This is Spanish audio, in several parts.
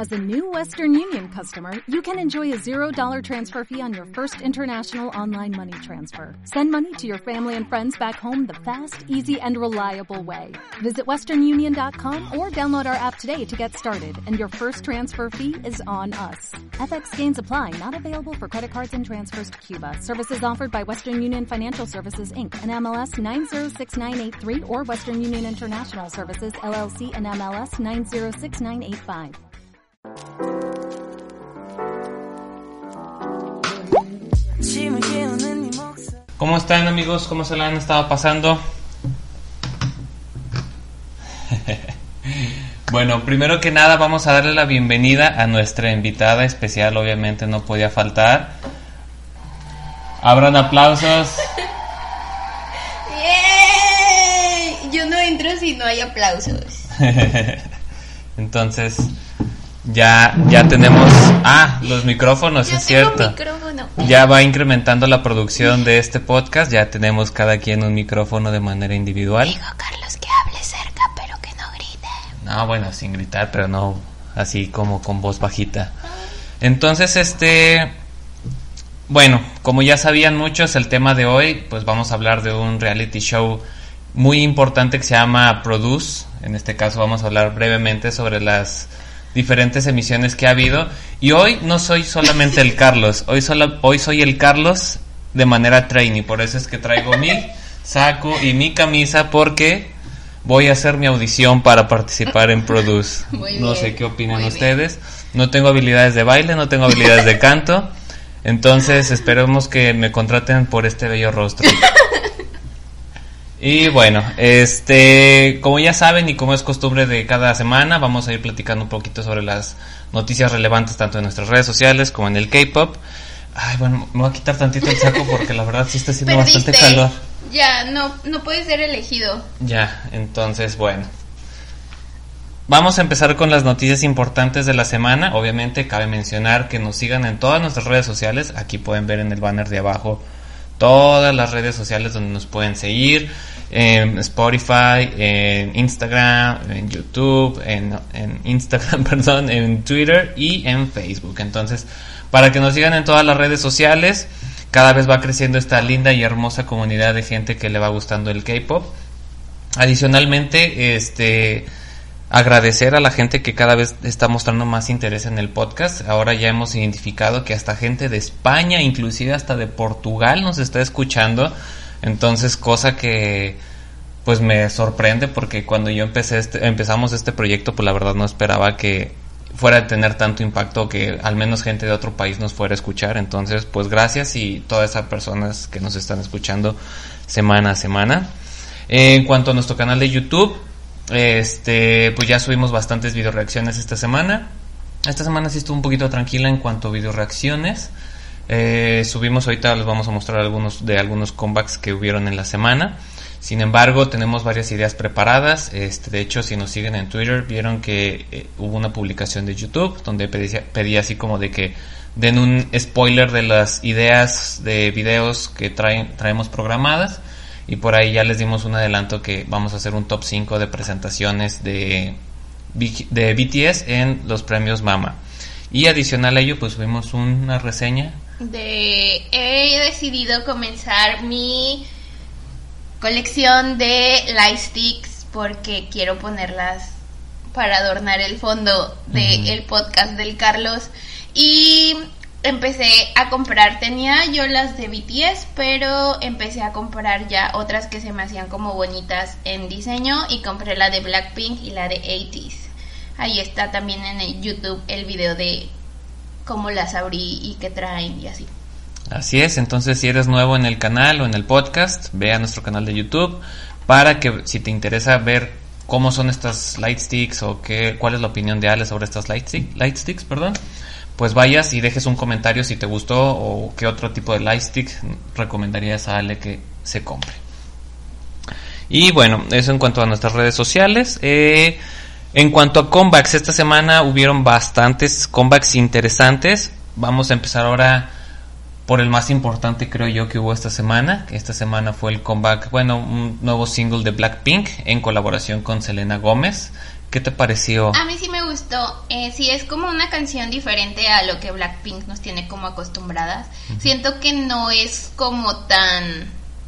As a new Western Union customer, you can enjoy a $0 transfer fee on your first international online money transfer. Send money to your family and friends back home the fast, easy, and reliable way. Visit westernunion.com or download our app today to get started, and your first transfer fee is on us. FX gains apply, not available for credit cards and transfers to Cuba. Services offered by Western Union Financial Services, Inc., and MLS 906983, or Western Union International Services, LLC, and MLS 906985. ¿Cómo están, amigos? ¿Cómo se la han estado pasando? Bueno, primero que nada vamos a darle la bienvenida a nuestra invitada especial, obviamente no podía faltar. Abran aplausos. ¡Yay! Yo no entro si no hay aplausos. Entonces, ya tenemos los micrófonos, yo es cierto. Micrófono. Ya va incrementando la producción de este podcast, ya tenemos cada quien un micrófono de manera individual. Digo, Carlos, que hable cerca, pero que no grite. No, bueno, sin gritar, pero no así como con voz bajita. Entonces, bueno, como ya sabían muchos, el tema de hoy, pues vamos a hablar de un reality show muy importante que se llama Produce. En este caso vamos a hablar brevemente sobre las diferentes emisiones que ha habido. Y hoy no soy solamente el Carlos, hoy soy el Carlos de manera trainee. Por eso es que traigo mi saco y mi camisa, porque voy a hacer mi audición para participar en Produce. No sé qué opinan ustedes. No tengo habilidades de baile, no tengo habilidades de canto. Entonces esperemos que me contraten por este bello rostro. Y bueno, como ya saben y como es costumbre de cada semana, vamos a ir platicando un poquito sobre las noticias relevantes tanto en nuestras redes sociales como en el K-pop. Ay, bueno, me voy a quitar tantito el saco porque la verdad sí está haciendo bastante calor. Ya, no puedes ser elegido. Ya, entonces bueno. Vamos a empezar con las noticias importantes de la semana. Obviamente cabe mencionar que nos sigan en todas nuestras redes sociales. Aquí pueden ver en el banner de abajo todas las redes sociales donde nos pueden seguir. En Spotify, en Instagram, en YouTube, en Instagram, perdón, en Twitter y en Facebook. Entonces, para que nos sigan en todas las redes sociales, cada vez va creciendo esta linda y hermosa comunidad de gente que le va gustando el K-pop. Adicionalmente, agradecer a la gente que cada vez está mostrando más interés en el podcast. Ahora ya hemos identificado que hasta gente de España, inclusive hasta de Portugal, nos está escuchando. Entonces, cosa que pues me sorprende, porque cuando yo empezamos este proyecto, pues la verdad no esperaba que fuera a tener tanto impacto, que al menos gente de otro país nos fuera a escuchar. Entonces, pues gracias, y todas esas personas que nos están escuchando semana a semana. En cuanto a nuestro canal de YouTube, pues ya subimos bastantes video reacciones esta semana. Esta semana sí estuvo un poquito tranquila en cuanto a video reacciones. Subimos, ahorita les vamos a mostrar algunos comebacks que hubieron en la semana. Sin embargo, tenemos varias ideas preparadas. De hecho, si nos siguen en Twitter, vieron que hubo una publicación de YouTube donde pedí así como de que den un spoiler de las ideas de videos que traemos programadas. Y por ahí ya les dimos un adelanto que vamos a hacer un top 5 de presentaciones de BTS en los premios MAMA. Y adicional a ello, pues subimos una reseña. He decidido comenzar mi colección de light sticks porque quiero ponerlas para adornar el fondo del podcast del Carlos. Y empecé a comprar, tenía yo las de BTS, pero empecé a comprar ya otras que se me hacían como bonitas en diseño, y compré la de Blackpink y la de 80s. Ahí está también en el YouTube el video de cómo las abrí y qué traen y así. Así es, entonces si eres nuevo en el canal o en el podcast, ve a nuestro canal de YouTube para que, si te interesa ver cómo son estas light sticks o cuál es la opinión de Ale sobre estas light sticks, pues vayas y dejes un comentario si te gustó o qué otro tipo de light stick recomendarías a Ale que se compre. Y bueno, eso en cuanto a nuestras redes sociales. En cuanto a comebacks, esta semana hubieron bastantes comebacks interesantes. Vamos a empezar ahora por el más importante, creo yo, que hubo esta semana. Esta semana fue el comeback, un nuevo single de Blackpink en colaboración con Selena Gómez, ¿Qué te pareció? A mí sí me gustó. Sí, es como una canción diferente a lo que Blackpink nos tiene como acostumbradas. Siento que no es como tan...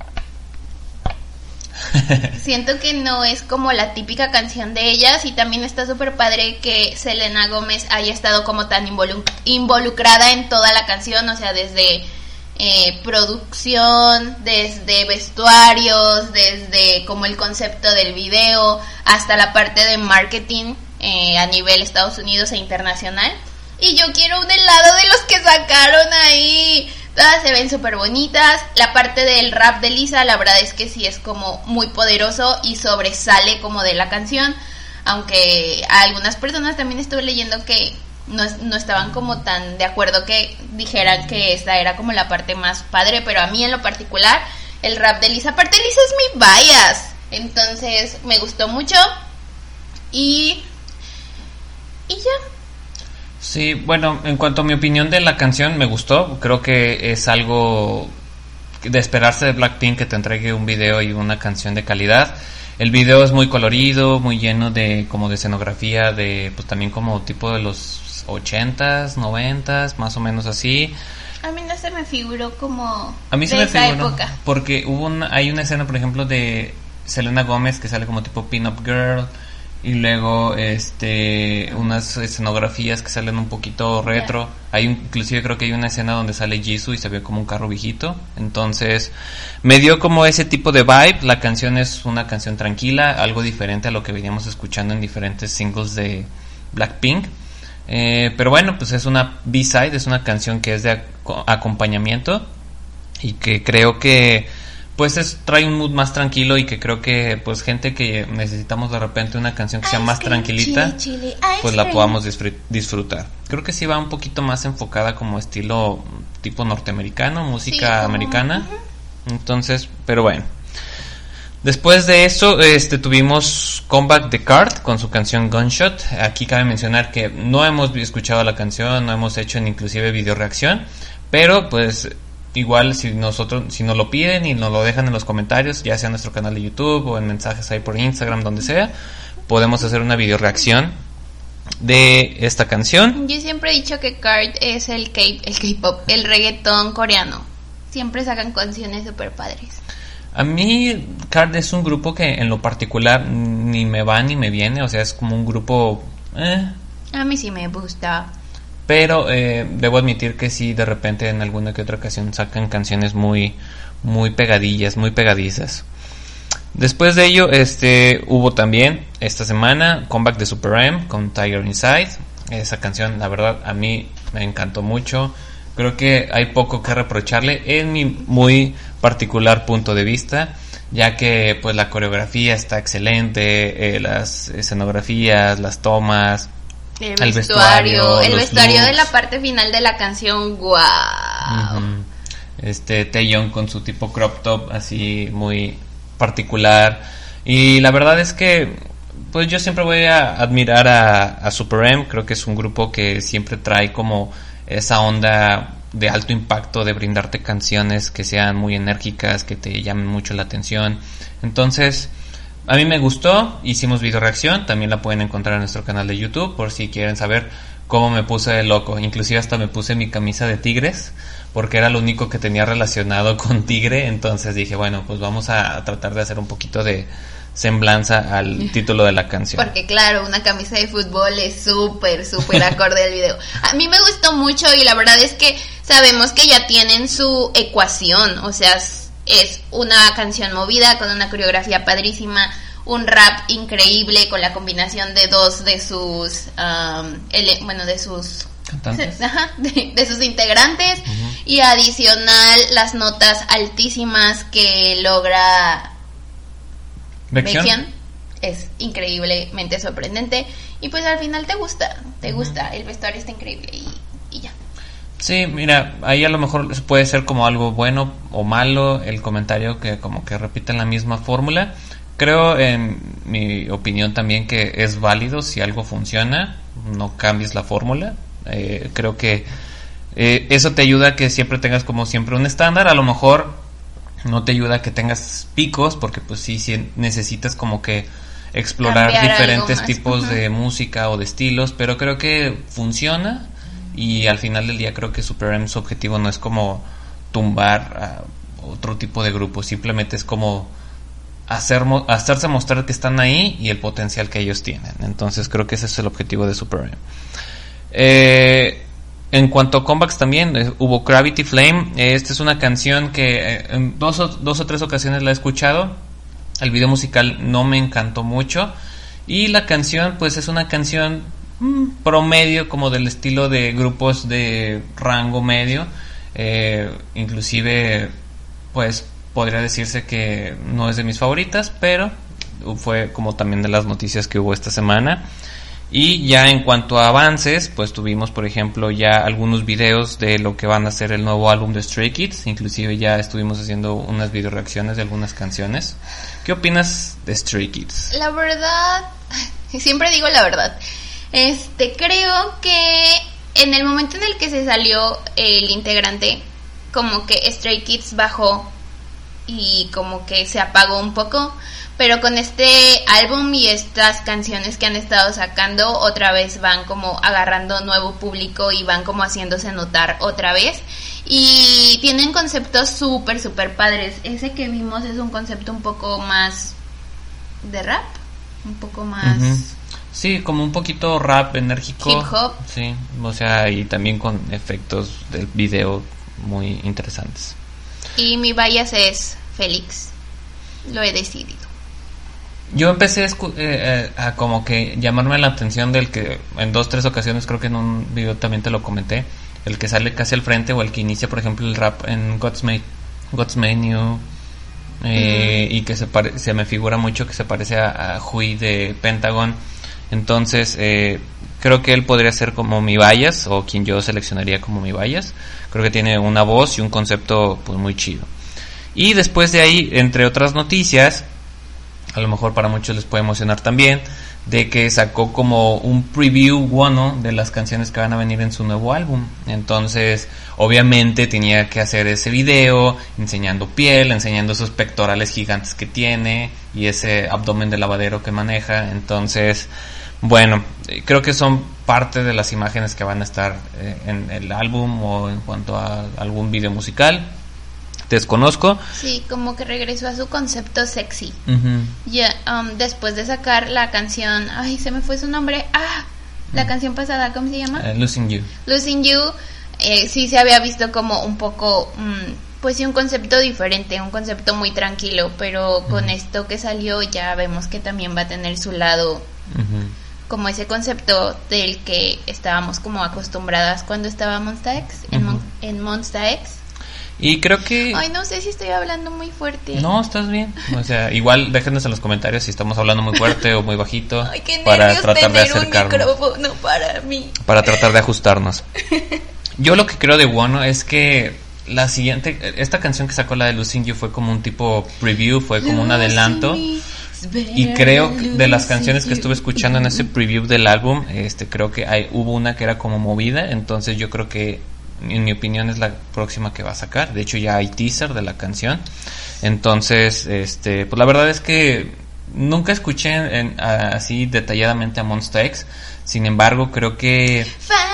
Siento que no es como la típica canción de ellas, y también está súper padre que Selena Gómez haya estado como tan involucrada en toda la canción, o sea, desde producción, desde vestuarios, desde como el concepto del video, hasta la parte de marketing a nivel Estados Unidos e internacional. Y yo quiero un helado de los que sacaron ahí. Todas se ven súper bonitas. La parte del rap de Lisa, la verdad es que sí es como muy poderoso y sobresale como de la canción. Aunque a algunas personas también estuve leyendo que no estaban como tan de acuerdo que dijeran que esta era como la parte más padre. Pero a mí en lo particular, el rap de Lisa, aparte Lisa es mi bias, entonces me gustó mucho. Y ya. Sí, bueno, en cuanto a mi opinión de la canción, me gustó. Creo que es algo de esperarse de Blackpink, que te entregue un video y una canción de calidad. El video es muy colorido, muy lleno de como de escenografía, de pues también como tipo de los 80s, 90s, más o menos así. A mí no se me figuró como a mí de se me esa figuró, época. porque hay una escena, por ejemplo, de Selena Gómez que sale como tipo pin-up girl. Y luego unas escenografías que salen un poquito retro. Inclusive creo que hay una escena donde sale Jisoo y se ve como un carro viejito. Entonces me dio como ese tipo de vibe. La canción es una canción tranquila, algo diferente a lo que veníamos escuchando en diferentes singles de Blackpink. Pero bueno, pues es una B-side, es una canción que es de acompañamiento. Y que creo que pues trae un mood más tranquilo, y que creo que pues gente que necesitamos de repente una canción que sea más tranquilita, pues la podamos disfrutar. Creo que sí va un poquito más enfocada como estilo tipo norteamericano, música americana. Entonces, pero bueno. Después de eso, tuvimos Comeback de Card con su canción Gunshot. Aquí cabe mencionar que no hemos escuchado la canción, no hemos hecho ni inclusive video reacción, pero pues igual si nos lo piden y nos lo dejan en los comentarios, ya sea en nuestro canal de YouTube o en mensajes ahí por Instagram, donde sea, podemos hacer una video reacción de esta canción. Yo siempre he dicho que Card es el K-pop, el reggaetón coreano. Siempre sacan canciones súper padres. A mí Card es un grupo que en lo particular ni me va ni me viene, o sea, es como un grupo A mí sí me gusta. Pero debo admitir que sí, de repente en alguna que otra ocasión sacan canciones muy pegadillas, muy pegadizas. Después de ello, hubo también esta semana Comeback de Super M con Tiger Inside. Esa canción, la verdad, a mí me encantó mucho. Creo que hay poco que reprocharle en mi muy particular punto de vista, ya que pues la coreografía está excelente, las escenografías, las tomas, el vestuario de la parte final de la canción, wow. Taeyeon con su tipo crop top así muy particular, y la verdad es que pues yo siempre voy a admirar a Super M. Creo que es un grupo que siempre trae como esa onda de alto impacto, de brindarte canciones que sean muy enérgicas, que te llamen mucho la atención. Entonces a mí me gustó, hicimos video reacción, también la pueden encontrar en nuestro canal de YouTube por si quieren saber cómo me puse de loco. Inclusive hasta me puse mi camisa de tigres, porque era lo único que tenía relacionado con tigre. Entonces dije, bueno, pues vamos a tratar de hacer un poquito de semblanza al título de la canción. Porque claro, una camisa de fútbol es súper acorde al video. A mí me gustó mucho, y la verdad es que sabemos que ya tienen su ecuación, o sea, es una canción movida con una coreografía padrísima, un rap increíble con la combinación de dos de sus de sus cantantes, de sus integrantes, y adicional las notas altísimas que logra Baekhyun. Es increíblemente sorprendente, y pues al final te gusta, el vestuario está increíble y ya. Sí, mira, ahí a lo mejor puede ser como algo bueno o malo el comentario, que como que repiten la misma fórmula. Creo, en mi opinión también, que es válido. Si algo funciona, no cambies la fórmula. Creo que eso te ayuda a que siempre tengas como siempre un estándar. A lo mejor no te ayuda a que tengas picos, porque pues sí necesitas como que explorar cambiar diferentes algo más. tipos de música o de estilos, pero creo que funciona y al final del día creo que Super M, su objetivo no es como tumbar a otro tipo de grupo, simplemente es como hacerse mostrar que están ahí y el potencial que ellos tienen. Entonces creo que ese es el objetivo de Super M. En cuanto a comebacks también hubo Gravity Flame. Esta es una canción que en dos o tres ocasiones la he escuchado. El video musical no me encantó mucho y la canción pues es una canción promedio, como del estilo de grupos de rango medio. Inclusive pues podría decirse que no es de mis favoritas, pero fue como también de las noticias que hubo esta semana. Y ya en cuanto a avances, pues tuvimos por ejemplo ya algunos videos de lo que van a ser el nuevo álbum de Stray Kids. Inclusive ya estuvimos haciendo unas video reacciones de algunas canciones. ¿Qué opinas de Stray Kids? La verdad, siempre digo la verdad. Creo que en el momento en el que se salió el integrante, como que Stray Kids bajó y como que se apagó un poco, pero con este álbum y estas canciones que han estado sacando, otra vez van como agarrando nuevo público y van como haciéndose notar otra vez, y tienen conceptos súper padres. Ese que vimos es un concepto un poco más de rap, un poco más... Sí, como un poquito rap enérgico. Hip hop. Sí, o sea, y también con efectos del video muy interesantes. Y mi bias es Félix. Lo he decidido. Yo empecé a como que llamarme la atención del que en 2-3 ocasiones, creo que en un video también te lo comenté, el que sale casi al frente o el que inicia, por ejemplo, el rap en God's Menu. Y que se me figura mucho que se parece a Hui de Pentagon. Entonces creo que él podría ser como mi bias, o quien yo seleccionaría como mi bias. Creo que tiene una voz y un concepto pues muy chido. Y después de ahí, entre otras noticias, a lo mejor para muchos les puede emocionar también, de que sacó como un preview bueno de las canciones que van a venir en su nuevo álbum. Entonces obviamente tenía que hacer ese video enseñando piel, enseñando esos pectorales gigantes que tiene y ese abdomen de lavadero que maneja. Entonces bueno, creo que son parte de las imágenes que van a estar en el álbum o en cuanto a algún video musical. Desconozco. Sí, como que regresó a su concepto sexy. Uh-huh. Después de sacar la canción, ay, se me fue su nombre. La canción pasada, ¿cómo se llama? Losing You. Losing You. Sí se había visto como un poco, pues sí, un concepto diferente, un concepto muy tranquilo, pero con esto que salió ya vemos que también va a tener su lado, como ese concepto del que estábamos como acostumbradas cuando estaba Monsta X, en Monsta X. Y creo que... Ay, no sé si estoy hablando muy fuerte. No, estás bien. O sea, igual déjenos en los comentarios si estamos hablando muy fuerte o muy bajito. Ay, qué para nervios tratar de tener acercarnos. un micrófono para mí. Para tratar de ajustarnos. Yo lo que creo de Wono es que la siguiente... Esta canción que sacó, la de Losing You, fue como un tipo preview, fue como un adelanto. Y creo que de las canciones que estuve escuchando en ese preview del álbum, creo que hubo una que era como movida. Entonces yo creo que, en mi opinión, es la próxima que va a sacar. De hecho ya hay teaser de la canción. Entonces pues la verdad es que nunca escuché así detalladamente a Monsta X. Sin embargo, creo que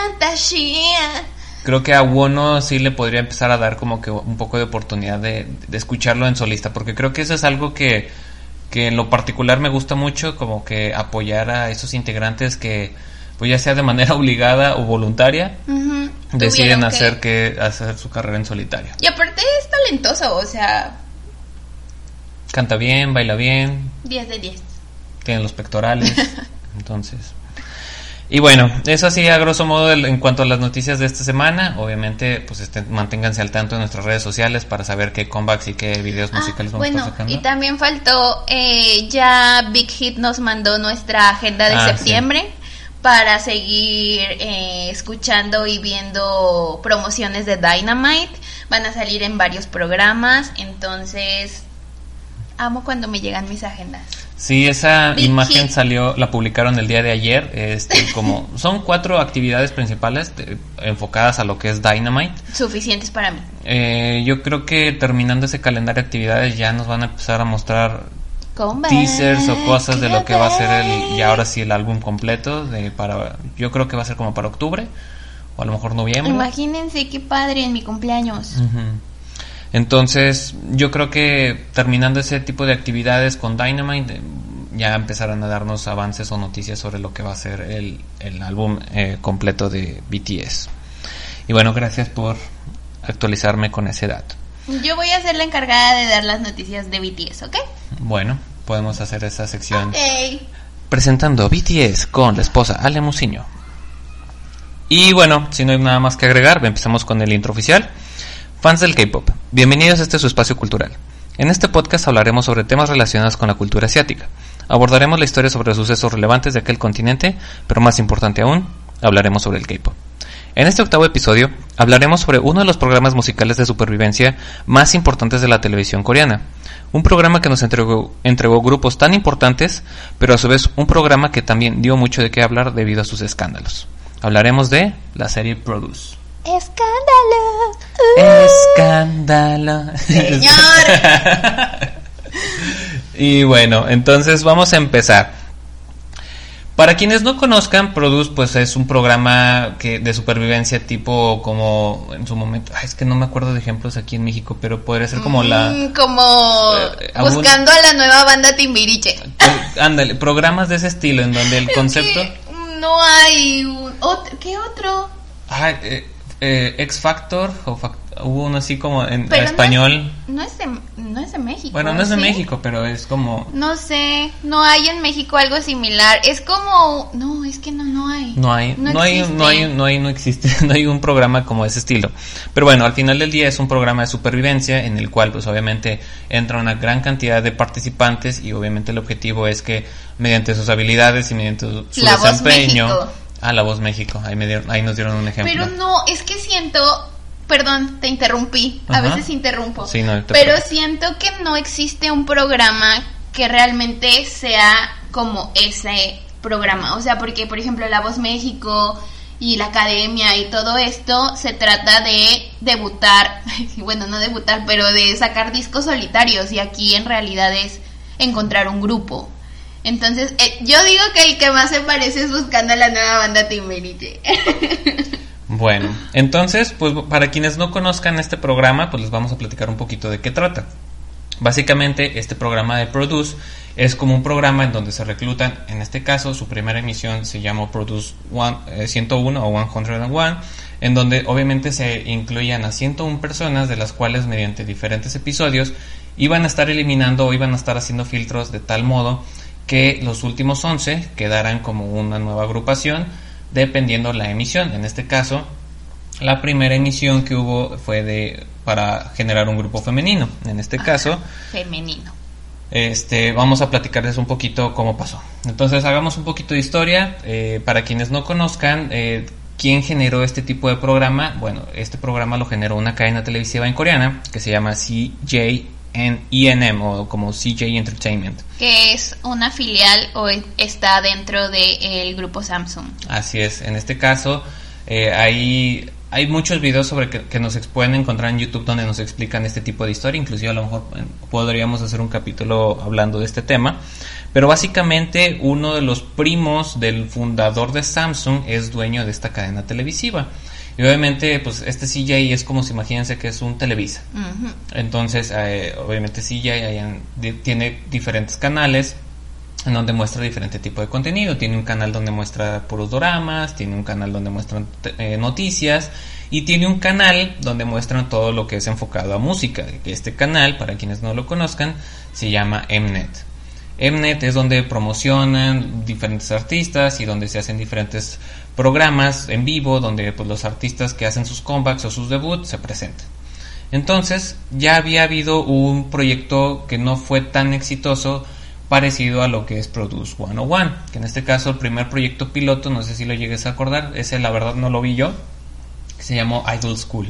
a Wono sí le podría empezar a dar como que un poco de oportunidad de escucharlo en solista, porque creo que eso es algo que en lo particular me gusta mucho, como que apoyar a esos integrantes que, pues ya sea de manera obligada o voluntaria, deciden hacer su carrera en solitario. Y aparte es talentoso, o sea, canta bien, baila bien, 10 de 10. Tiene los pectorales. Entonces, y bueno, eso así a grosso modo en cuanto a las noticias de esta semana. Obviamente pues manténganse al tanto de nuestras redes sociales para saber qué comebacks y qué videos musicales vamos a estar sacando. Y también faltó, ya Big Hit nos mandó nuestra agenda de septiembre. Sí. Para seguir escuchando y viendo promociones de Dynamite. Van a salir en varios programas. Entonces, amo cuando me llegan mis agendas. Sí, esa imagen la publicaron el día de ayer. Como son 4 actividades principales enfocadas a lo que es Dynamite. Suficientes para mí. Yo creo que terminando ese calendario de actividades ya nos van a empezar a mostrar teasers o cosas de lo que va a ser y ahora sí el álbum completo yo creo que va a ser como para octubre o a lo mejor noviembre. Imagínense qué padre en mi cumpleaños. Entonces yo creo que terminando ese tipo de actividades con Dynamite ya empezarán a darnos avances o noticias sobre lo que va a ser el álbum completo de BTS. Y bueno, gracias por actualizarme con ese dato. Yo voy a ser la encargada de dar las noticias de BTS, ¿ok? Bueno, podemos hacer esa sección. Okay. Presentando BTS con la esposa Ale Musiño. Y bueno, si no hay nada más que agregar, empezamos con el intro oficial. Fans del K-pop, bienvenidos a su espacio cultural. En este podcast hablaremos sobre temas relacionados con la cultura asiática. Abordaremos la historia sobre sucesos relevantes de aquel continente, pero más importante aún, hablaremos sobre el K-pop. En este octavo episodio hablaremos sobre uno de los programas musicales de supervivencia más importantes de la televisión coreana. Un programa que nos entregó grupos tan importantes, pero a su vez un programa que también dio mucho de qué hablar debido a sus escándalos. Hablaremos de la serie Produce. ¡Escándalo! ¡Señor! Y bueno, entonces vamos a empezar. Para quienes no conozcan, Produce pues es un programa de supervivencia tipo como en su momento, es que no me acuerdo de ejemplos aquí en México, pero podría ser como buscando a la nueva banda Timbiriche. Ándale, programas de ese estilo en donde el concepto no hay ¿qué otro? X Factor hubo uno así como en español. No es de México. Bueno, no es de México, pero es como no sé, no hay en México algo similar. Es como no, es que no hay. No existe un programa como ese estilo. Pero bueno, al final del día es un programa de supervivencia en el cual pues obviamente entra una gran cantidad de participantes y obviamente el objetivo es que mediante sus habilidades y mediante su desempeño. La Voz México, ahí nos dieron un ejemplo. Pero no, es que siento, perdón, te interrumpí, a veces interrumpo, sí, no, pero siento que no existe un programa que realmente sea como ese programa, o sea, porque por ejemplo La Voz México y la academia y todo esto se trata de debutar, bueno, no debutar, pero de sacar discos solitarios y aquí en realidad es encontrar un grupo. Entonces, yo digo que el que más se parece es Buscando a la Nueva Banda Timbiriche. Bueno, entonces, pues para quienes no conozcan este programa, pues les vamos a platicar un poquito de qué trata. Básicamente, este programa de Produce es como un programa en donde se reclutan, en este caso, su primera emisión se llamó Produce 101 o 101, en donde obviamente se incluían a 101 personas, de las cuales mediante diferentes episodios iban a estar eliminando o iban a estar haciendo filtros de tal modo que los últimos 11 quedaran como una nueva agrupación dependiendo la emisión. En este caso, la primera emisión que hubo fue para generar un grupo femenino. En este caso, femenino. Vamos a platicarles un poquito cómo pasó. Entonces, hagamos un poquito de historia. Para quienes no conozcan, ¿quién generó este tipo de programa? Bueno, este programa lo generó una cadena televisiva en coreana que se llama CJ&ENM o como CJ Entertainment, que es una filial o está dentro del grupo Samsung. Así es, en este caso hay muchos videos sobre que nos pueden encontrar en YouTube donde nos explican este tipo de historia, inclusive a lo mejor podríamos hacer un capítulo hablando de este tema, pero básicamente uno de los primos del fundador de Samsung es dueño de esta cadena televisiva. Y obviamente, pues este CJ es como si imagínense que es un Televisa. Uh-huh. Entonces, obviamente CJ tiene diferentes canales en donde muestra diferente tipo de contenido. Tiene un canal donde muestra puros doramas, tiene un canal donde muestran noticias y tiene un canal donde muestran todo lo que es enfocado a música. Este canal, para quienes no lo conozcan, se llama Mnet. Mnet es donde promocionan diferentes artistas y donde se hacen diferentes programas en vivo donde pues los artistas que hacen sus comebacks o sus debuts se presentan. Entonces ya había habido un proyecto que no fue tan exitoso parecido a lo que es Produce 101, que en este caso el primer proyecto piloto, no sé si lo llegues a acordar, ese la verdad no lo vi yo, que se llamó Idol School.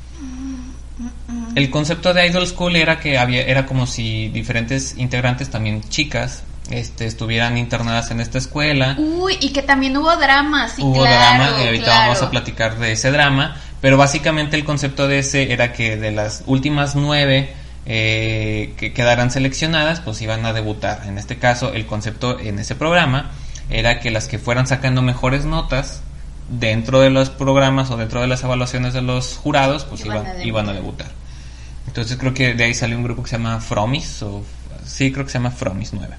El concepto de Idol School era que era como si diferentes integrantes, también chicas, estuvieran internadas en esta escuela. Uy, y que también hubo drama, sí, hubo drama, y ahorita vamos a platicar de ese drama, pero básicamente el concepto de ese era que de las últimas 9 que quedaran seleccionadas, pues iban a debutar. En este caso, el concepto en ese programa era que las que fueran sacando mejores notas dentro de los programas o dentro de las evaluaciones de los jurados, pues iban a debutar. Entonces creo que de ahí salió un grupo que se llama Fromis, sí, creo que se llama Fromis 9.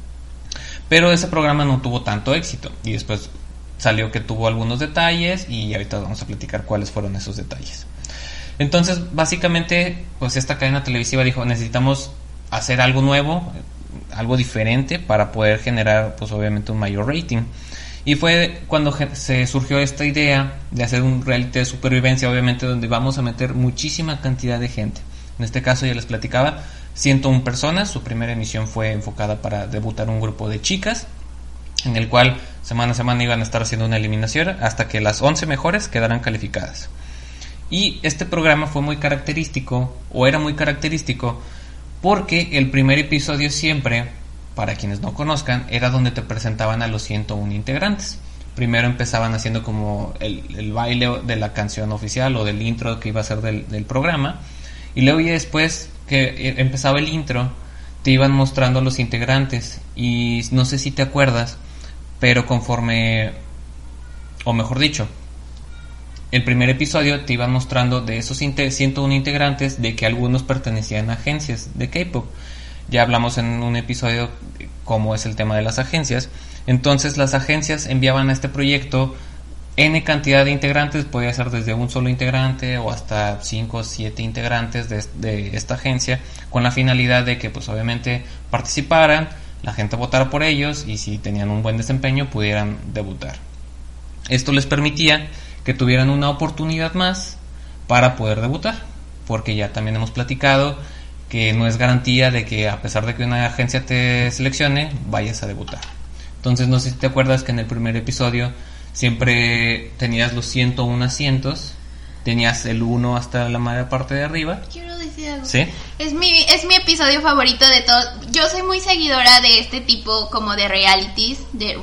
Pero ese programa no tuvo tanto éxito y después salió que tuvo algunos detalles y ahorita vamos a platicar cuáles fueron esos detalles. Entonces, básicamente, pues esta cadena televisiva dijo, necesitamos hacer algo nuevo, algo diferente para poder generar, pues obviamente, un mayor rating. Y fue cuando se surgió esta idea de hacer un reality de supervivencia, obviamente, donde vamos a meter muchísima cantidad de gente. En este caso, ya les platicaba, 101 personas. Su primera emisión fue enfocada para debutar un grupo de chicas, en el cual semana a semana iban a estar haciendo una eliminación hasta que las 11 mejores quedaran calificadas. Y este programa fue muy característico, o era muy característico, porque el primer episodio siempre, para quienes no conozcan, era donde te presentaban a los 101 integrantes. Primero empezaban haciendo como el baile de la canción oficial o del intro que iba a ser del programa, y luego ya después que empezaba el intro, te iban mostrando a los integrantes, y no sé si te acuerdas, pero conforme, o mejor dicho, el primer episodio te iban mostrando de esos 101 integrantes de que algunos pertenecían a agencias de K-pop. Ya hablamos en un episodio cómo es el tema de las agencias. Entonces las agencias enviaban a este proyecto N cantidad de integrantes, podía ser desde un solo integrante o hasta 5 o 7 integrantes de esta agencia, con la finalidad de que pues obviamente participaran, la gente votara por ellos y si tenían un buen desempeño pudieran debutar. Esto les permitía que tuvieran una oportunidad más para poder debutar, porque ya también hemos platicado que no es garantía de que a pesar de que una agencia te seleccione, vayas a debutar. Entonces no sé si te acuerdas que en el primer episodio siempre tenías los 101 asientos, tenías el 1 hasta la mayor parte de arriba. Quiero decir algo. ¿Sí? Es mi episodio favorito de todos. Yo soy muy seguidora de este tipo como de realities,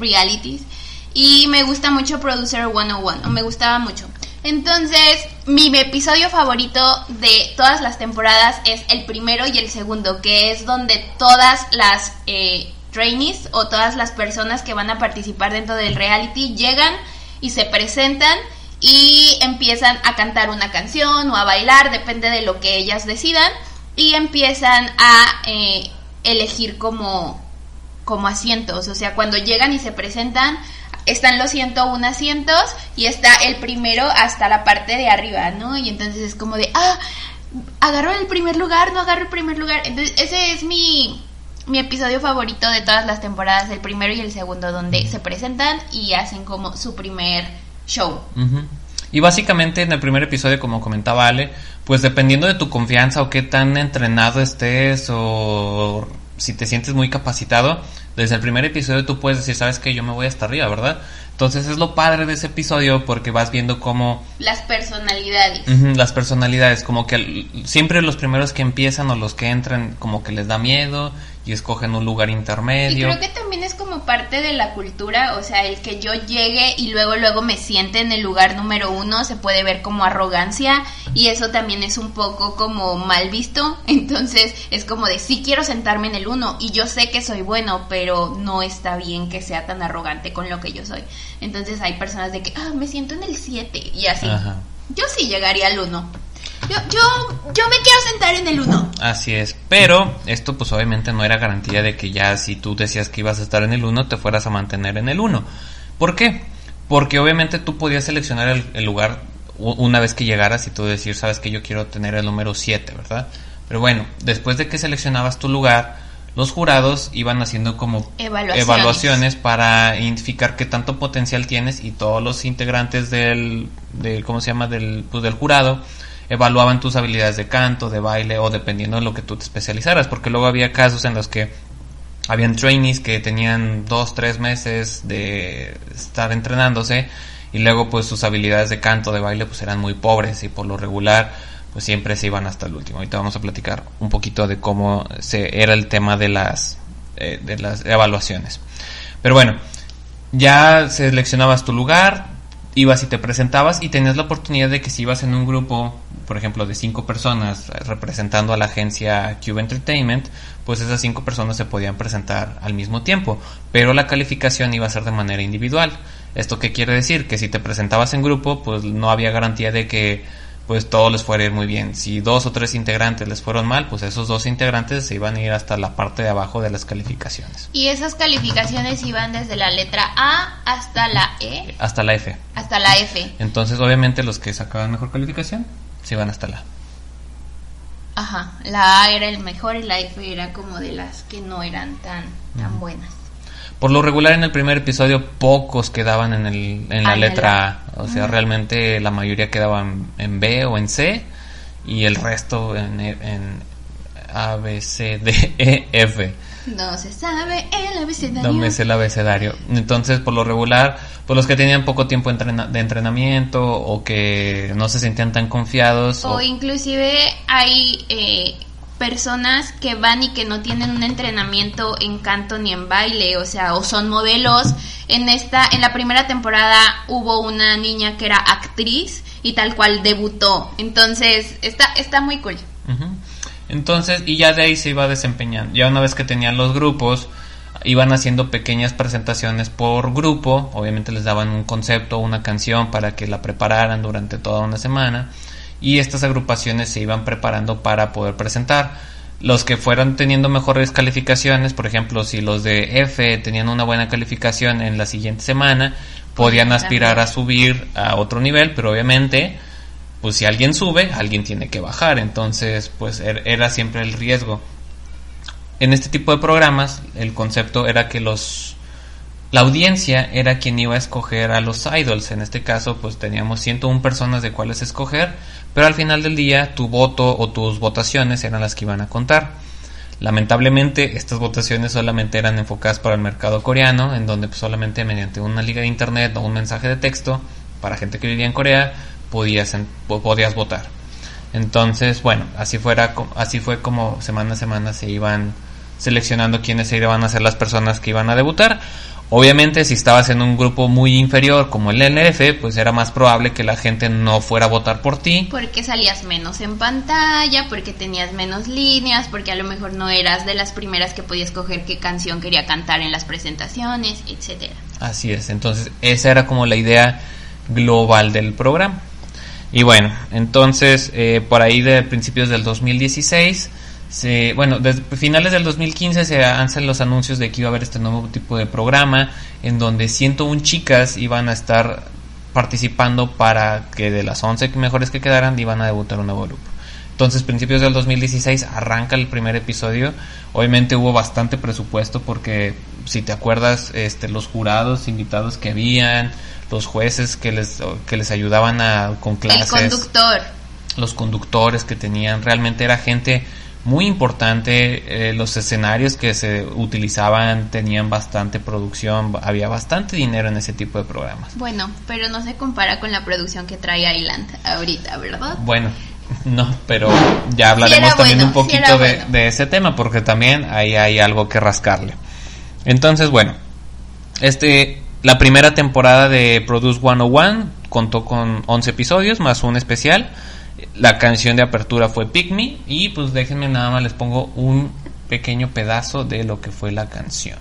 y me gusta mucho Producer 101, me gustaba mucho. Entonces, mi episodio favorito de todas las temporadas es el primero y el segundo, que es donde todas las trainees o todas las personas que van a participar dentro del reality llegan y se presentan y empiezan a cantar una canción o a bailar, depende de lo que ellas decidan, y empiezan a elegir como asientos. O sea, cuando llegan y se presentan, están los 101 asientos y está el primero hasta la parte de arriba, ¿no? Y entonces es como de, agarro el primer lugar, no agarro el primer lugar. Entonces ese es mi episodio favorito de todas las temporadas, el primero y el segundo, donde se presentan y hacen como su primer show. Uh-huh. Y básicamente en el primer episodio, como comentaba Ale, pues dependiendo de tu confianza o qué tan entrenado estés o si te sientes muy capacitado, desde el primer episodio tú puedes decir, sabes que yo me voy hasta arriba, ¿verdad? Entonces es lo padre de ese episodio porque vas viendo cómo las personalidades. Las personalidades, como que siempre los primeros que empiezan o los que entran como que les da miedo y escogen un lugar intermedio. Y creo que también es como parte de la cultura, o sea, el que yo llegue y luego me siente en el lugar número 1 se puede ver como arrogancia y eso también es un poco como mal visto. Entonces es como de sí quiero sentarme en el 1 y yo sé que soy bueno, pero no está bien que sea tan arrogante con lo que yo soy. Entonces hay personas de que me siento en el 7 y así. Ajá. Yo sí llegaría al 1. Yo me quiero sentar en el 1. Así es, pero esto pues obviamente no era garantía de que ya si tú decías que ibas a estar en el 1 te fueras a mantener en el 1. ¿Por qué? Porque obviamente tú podías seleccionar el lugar una vez que llegaras y tú decir, sabes que yo quiero tener el número 7, ¿verdad? Pero bueno, después de que seleccionabas tu lugar, los jurados iban haciendo como evaluaciones para identificar qué tanto potencial tienes y todos los integrantes del ¿cómo se llama? Del jurado evaluaban tus habilidades de canto, de baile o dependiendo de lo que tú te especializaras, porque luego había casos en los que habían trainees que tenían 2-3 meses de estar entrenándose y luego pues sus habilidades de canto, de baile pues eran muy pobres y por lo regular pues siempre se iban hasta el último. Ahorita vamos a platicar un poquito de cómo era el tema de las evaluaciones. Pero bueno, ya seleccionabas tu lugar, ibas y te presentabas y tenías la oportunidad de que si ibas en un grupo, por ejemplo, de 5 personas representando a la agencia Cube Entertainment, pues esas 5 personas se podían presentar al mismo tiempo, pero la calificación iba a ser de manera individual. ¿Esto qué quiere decir? Que si te presentabas en grupo, pues no había garantía de que pues todo les fuera a ir muy bien. Si 2 o 3 integrantes les fueron mal, pues esos 2 integrantes se iban a ir hasta la parte de abajo de las calificaciones. Y esas calificaciones iban desde la letra A hasta la E. Hasta la F. Hasta la F. Entonces, obviamente, los que sacaban mejor calificación se iban hasta la A. Ajá, la A era el mejor y la F era como de las que no eran tan buenas. Por lo regular en el primer episodio pocos quedaban en la letra A, o sea, realmente la mayoría quedaban en B o en C y el resto en A, B, C, D, E, F. No se sabe el abecedario. No me sé el abecedario. Entonces, por lo regular, pues los que tenían poco tiempo de entrenamiento o que no se sentían tan confiados. O inclusive hay personas que van y que no tienen un entrenamiento en canto ni en baile, o sea, o son modelos. En la primera temporada hubo una niña que era actriz y tal cual debutó. Entonces, está muy cool. Uh-huh. Entonces, y ya de ahí se iba desempeñando. Ya una vez que tenían los grupos, iban haciendo pequeñas presentaciones por grupo. Obviamente les daban un concepto, una canción para que la prepararan durante toda una semana. Y estas agrupaciones se iban preparando para poder presentar. Los que fueran teniendo mejores calificaciones, por ejemplo, si los de F tenían una buena calificación en la siguiente semana, podían aspirar a subir a otro nivel, pero obviamente, pues si alguien sube, alguien tiene que bajar. Entonces, pues era siempre el riesgo. En este tipo de programas, el concepto era que la audiencia era quien iba a escoger a los idols. En este caso, pues teníamos 101 personas de cuáles escoger, pero al final del día tu voto o tus votaciones eran las que iban a contar. Lamentablemente, estas votaciones solamente eran enfocadas para el mercado coreano, en donde pues, solamente mediante una liga de internet o un mensaje de texto para gente que vivía en Corea podías votar. Entonces, bueno, así fue como semana a semana se iban seleccionando quiénes iban a ser las personas que iban a debutar. Obviamente, si estabas en un grupo muy inferior como el LF, pues era más probable que la gente no fuera a votar por ti. Porque salías menos en pantalla, porque tenías menos líneas, porque a lo mejor no eras de las primeras que podías escoger qué canción quería cantar en las presentaciones, etcétera. Así es, entonces esa era como la idea global del programa. Y bueno, entonces por ahí de principios del 2016... desde finales del 2015 se hacen los anuncios de que iba a haber este nuevo tipo de programa en donde 101 chicas iban a estar participando para que de las 11 mejores que quedaran iban a debutar un nuevo grupo. Entonces, principios del 2016 arranca el primer episodio. Obviamente hubo bastante presupuesto porque, si te acuerdas, los jurados invitados que habían, los jueces que les ayudaban con clases, el conductor, los conductores que tenían, realmente era gente muy importante. Los escenarios que se utilizaban tenían bastante producción, había bastante dinero en ese tipo de programas. Bueno, pero no se compara con la producción que trae Island ahorita, ¿verdad? Bueno, no, pero ya hablaremos también un poquito de ese tema, porque también ahí hay algo que rascarle. Entonces, bueno, la primera temporada de Produce 101 contó con 11 episodios más un especial. La canción de apertura fue Pick Me. Y pues déjenme nada más les pongo un pequeño pedazo de lo que fue la canción.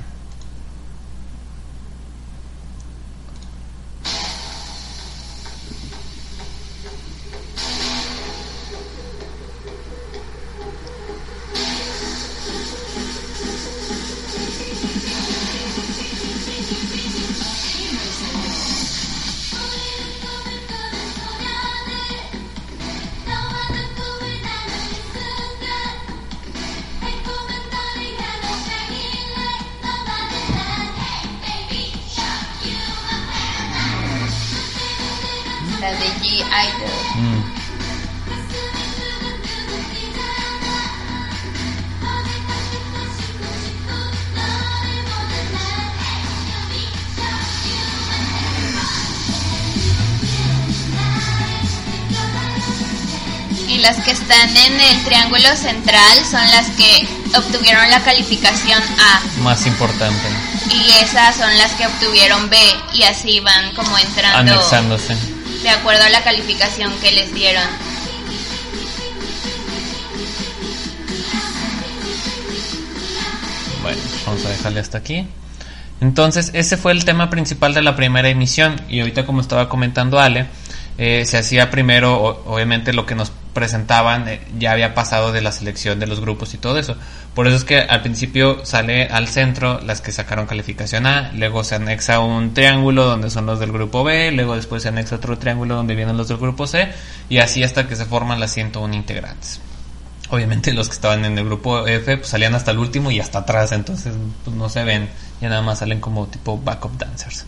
La de G-Idol. Y las que están en el triángulo central son las que obtuvieron la calificación A. Más importante. y esas son las que obtuvieron B, y así van como entrando anexándose de acuerdo a la calificación que les dieron. Bueno, vamos a dejarle hasta aquí. Entonces, ese fue el tema principal de la primera emisión. Y ahorita, como estaba comentando Ale, se hacía primero, obviamente lo que nos presentaban ya había pasado de la selección de los grupos y todo eso. Por eso es que al principio sale al centro las que sacaron calificación A, luego se anexa un triángulo donde son los del grupo B, luego después se anexa otro triángulo donde vienen los del grupo C, y así hasta que se forman las 101 integrantes. Obviamente los que estaban en el grupo F pues salían hasta el último y hasta atrás, entonces pues no se ven, ya nada más salen como tipo backup dancers.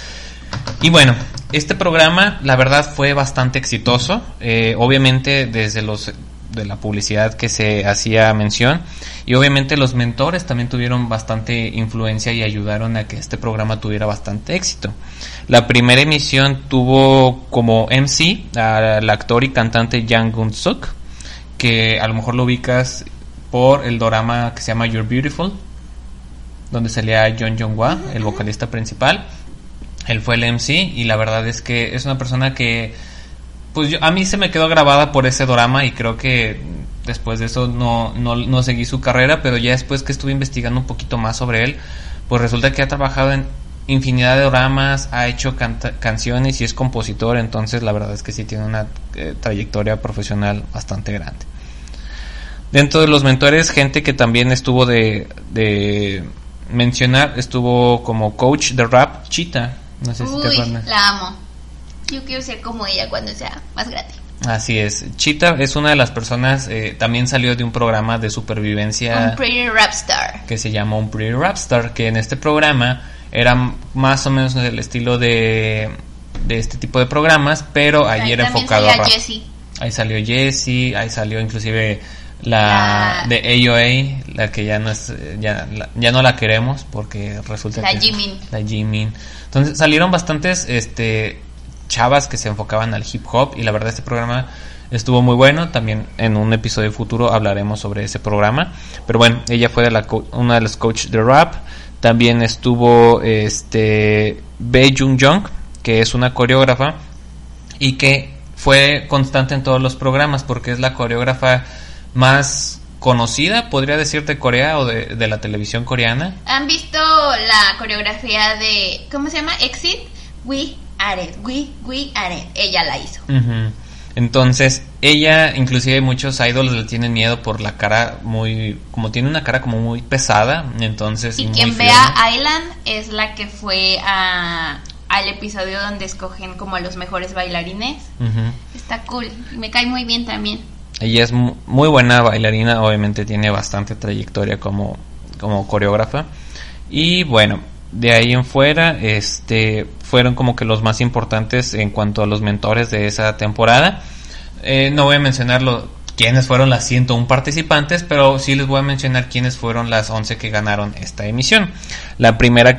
Y bueno, este programa la verdad fue bastante exitoso, obviamente desde de la publicidad que se hacía mención, y obviamente los mentores también tuvieron bastante influencia y ayudaron a que este programa tuviera bastante éxito. La primera emisión tuvo como MC al actor y cantante Jang Gun-suk, que a lo mejor lo ubicas por el dorama que se llama You're Beautiful, donde salía Jeon Jong-hwa, el vocalista principal. Él fue el MC y la verdad es que es una persona que pues a mí se me quedó grabada por ese dorama, y creo que después de eso no seguí su carrera, pero ya después que estuve investigando un poquito más sobre él, pues resulta que ha trabajado en infinidad de doramas, ha hecho canciones y es compositor, entonces la verdad es que sí tiene una trayectoria profesional bastante grande. Dentro de los mentores, gente que también estuvo de mencionar, estuvo como coach de rap, Cheetah. No sé si te acuerdas. La amo. Yo quiero ser como ella cuando sea más grande. Así es. Cheetah es una de las personas, también salió de un programa de supervivencia. Un Pretty Rap Star. Que se llama Un Pretty Rap Star, que en este programa era más o menos el estilo de este tipo de programas, pero ahí era enfocado a rap. Jessie. Ahí salió Jessie, ahí salió inclusive la de AOA, la que ya no es ya no la queremos porque resulta la que Jimin. La Jimin. Entonces salieron bastantes chavas que se enfocaban al hip hop, y la verdad este programa estuvo muy bueno. También en un episodio futuro hablaremos sobre ese programa, pero bueno, ella fue una de las coaches de rap. También estuvo Bae Jung Jong, que es una coreógrafa y que fue constante en todos los programas porque es la coreógrafa más conocida, podría decir, de Corea o de la televisión coreana. ¿Han visto la coreografía de, ¿cómo se llama? Exit? We are it, we are it. Ella la hizo. Uh-huh. Entonces, ella, inclusive muchos idols le tienen miedo por la cara como tiene una cara como muy pesada, entonces. Y quien vea Island es la que fue al episodio donde escogen como a los mejores bailarines. Uh-huh. Está cool, me cae muy bien también. Ella es muy buena bailarina, obviamente tiene bastante trayectoria como coreógrafa. Y bueno, de ahí en fuera, fueron como que los más importantes en cuanto a los mentores de esa temporada. No voy a mencionar quiénes fueron las 101 participantes, pero sí les voy a mencionar quiénes fueron las 11 que ganaron esta emisión. La primera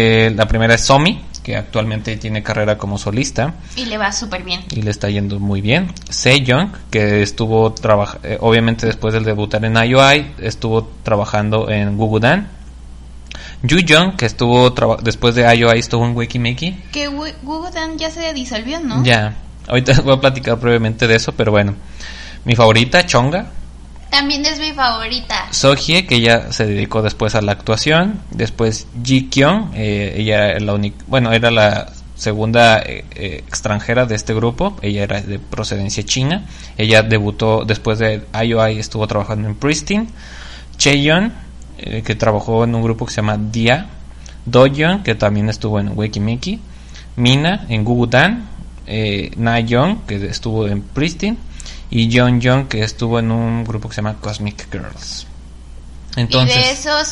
es Somi, que actualmente tiene carrera como solista. Y le va súper bien. Y le está yendo muy bien. Sejong, que estuvo obviamente después de debutar en IOI, estuvo trabajando en Gugudan. Yoo-jung, que estuvo después de IOI, estuvo en Weki-Meki. Que Gugudan ya se disolvió, ¿no? Ya, ahorita voy a platicar brevemente de eso, pero bueno. Mi favorita, Chonga. También es mi favorita. Sohye, que ella se dedicó después a la actuación. Después Ji-kyung, ella era la segunda extranjera de este grupo. Ella era de procedencia china. Ella debutó después de IOI, estuvo trabajando en Pristine. Chaeyeon, que trabajó en un grupo que se llama Dia. Do-yeon, que también estuvo en Weki-Meki. Mina en Gugudan. Na-yeon, que estuvo en Pristine. Y Jeon, que estuvo en un grupo que se llama Cosmic Girls. Entonces, y de esos,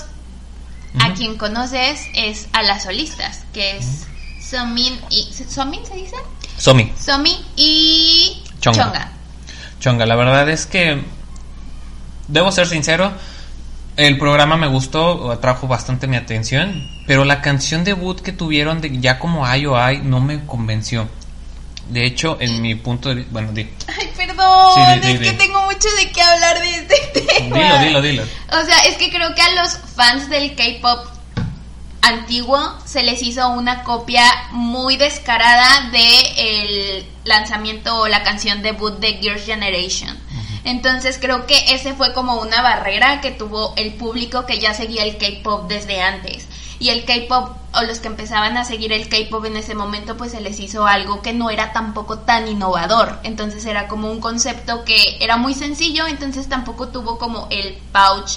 a quien conoces es a las solistas, que es ¿Somin se dice? Somi y Chonga. La verdad es que debo ser sincero, el programa me gustó, atrajo bastante mi atención, pero la canción debut que tuvieron ya como IOI no me convenció. De hecho, en mi punto de vista... Bueno, Ay, perdón, sí, que tengo mucho de qué hablar de este tema. Dilo. O sea, es que creo que a los fans del K-pop antiguo, se les hizo una copia muy descarada de el lanzamiento o la canción debut de Girls' Generation. Entonces creo que ese fue como una barrera que tuvo el público que ya seguía el K-pop desde antes. Y el K-pop, o los que empezaban a seguir el K-pop en ese momento, pues se les hizo algo que no era tampoco tan innovador. Entonces era como un concepto que era muy sencillo, entonces tampoco tuvo como el pouch,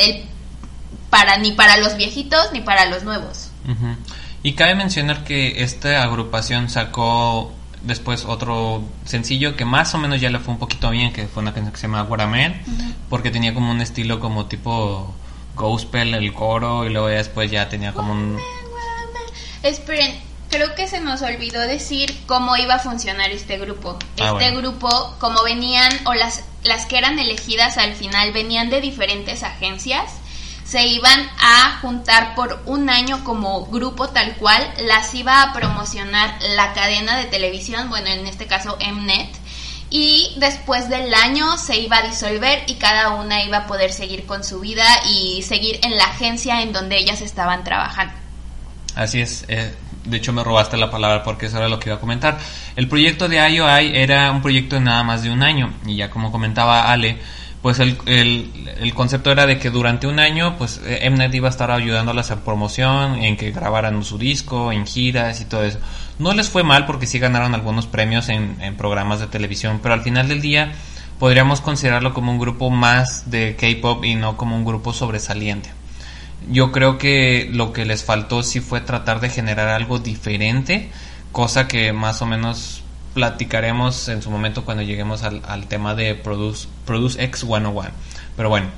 ni para los viejitos ni para los nuevos. Y cabe mencionar que esta agrupación sacó después otro sencillo que más o menos ya le fue un poquito bien, que fue una canción que se llama Guaramen, porque tenía como un estilo como tipo gospel, el coro, y luego después ya tenía como un... Esperen, creo que se nos olvidó decir cómo iba a funcionar este grupo. Grupo, como venían, o las que eran elegidas al final venían de diferentes agencias, se iban a juntar por un año como grupo tal cual, las iba a promocionar la cadena de televisión, bueno, en este caso Mnet, y después del año se iba a disolver y cada una iba a poder seguir con su vida y seguir en la agencia en donde ellas estaban trabajando. Así es, de hecho me robaste la palabra porque eso era lo que iba a comentar. El proyecto de IOI era un proyecto de nada más de un año, y ya como comentaba Ale, pues el concepto era de que durante un año pues Mnet iba a estar ayudándolas a promoción, en que grabaran su disco, en giras y todo eso. No les fue mal porque sí ganaron algunos premios en programas de televisión, pero al final del día podríamos considerarlo como un grupo más de K-pop y no como un grupo sobresaliente. Yo creo que lo que les faltó sí fue tratar de generar algo diferente, cosa que más o menos platicaremos en su momento cuando lleguemos al tema de Produce X 101. Pero bueno,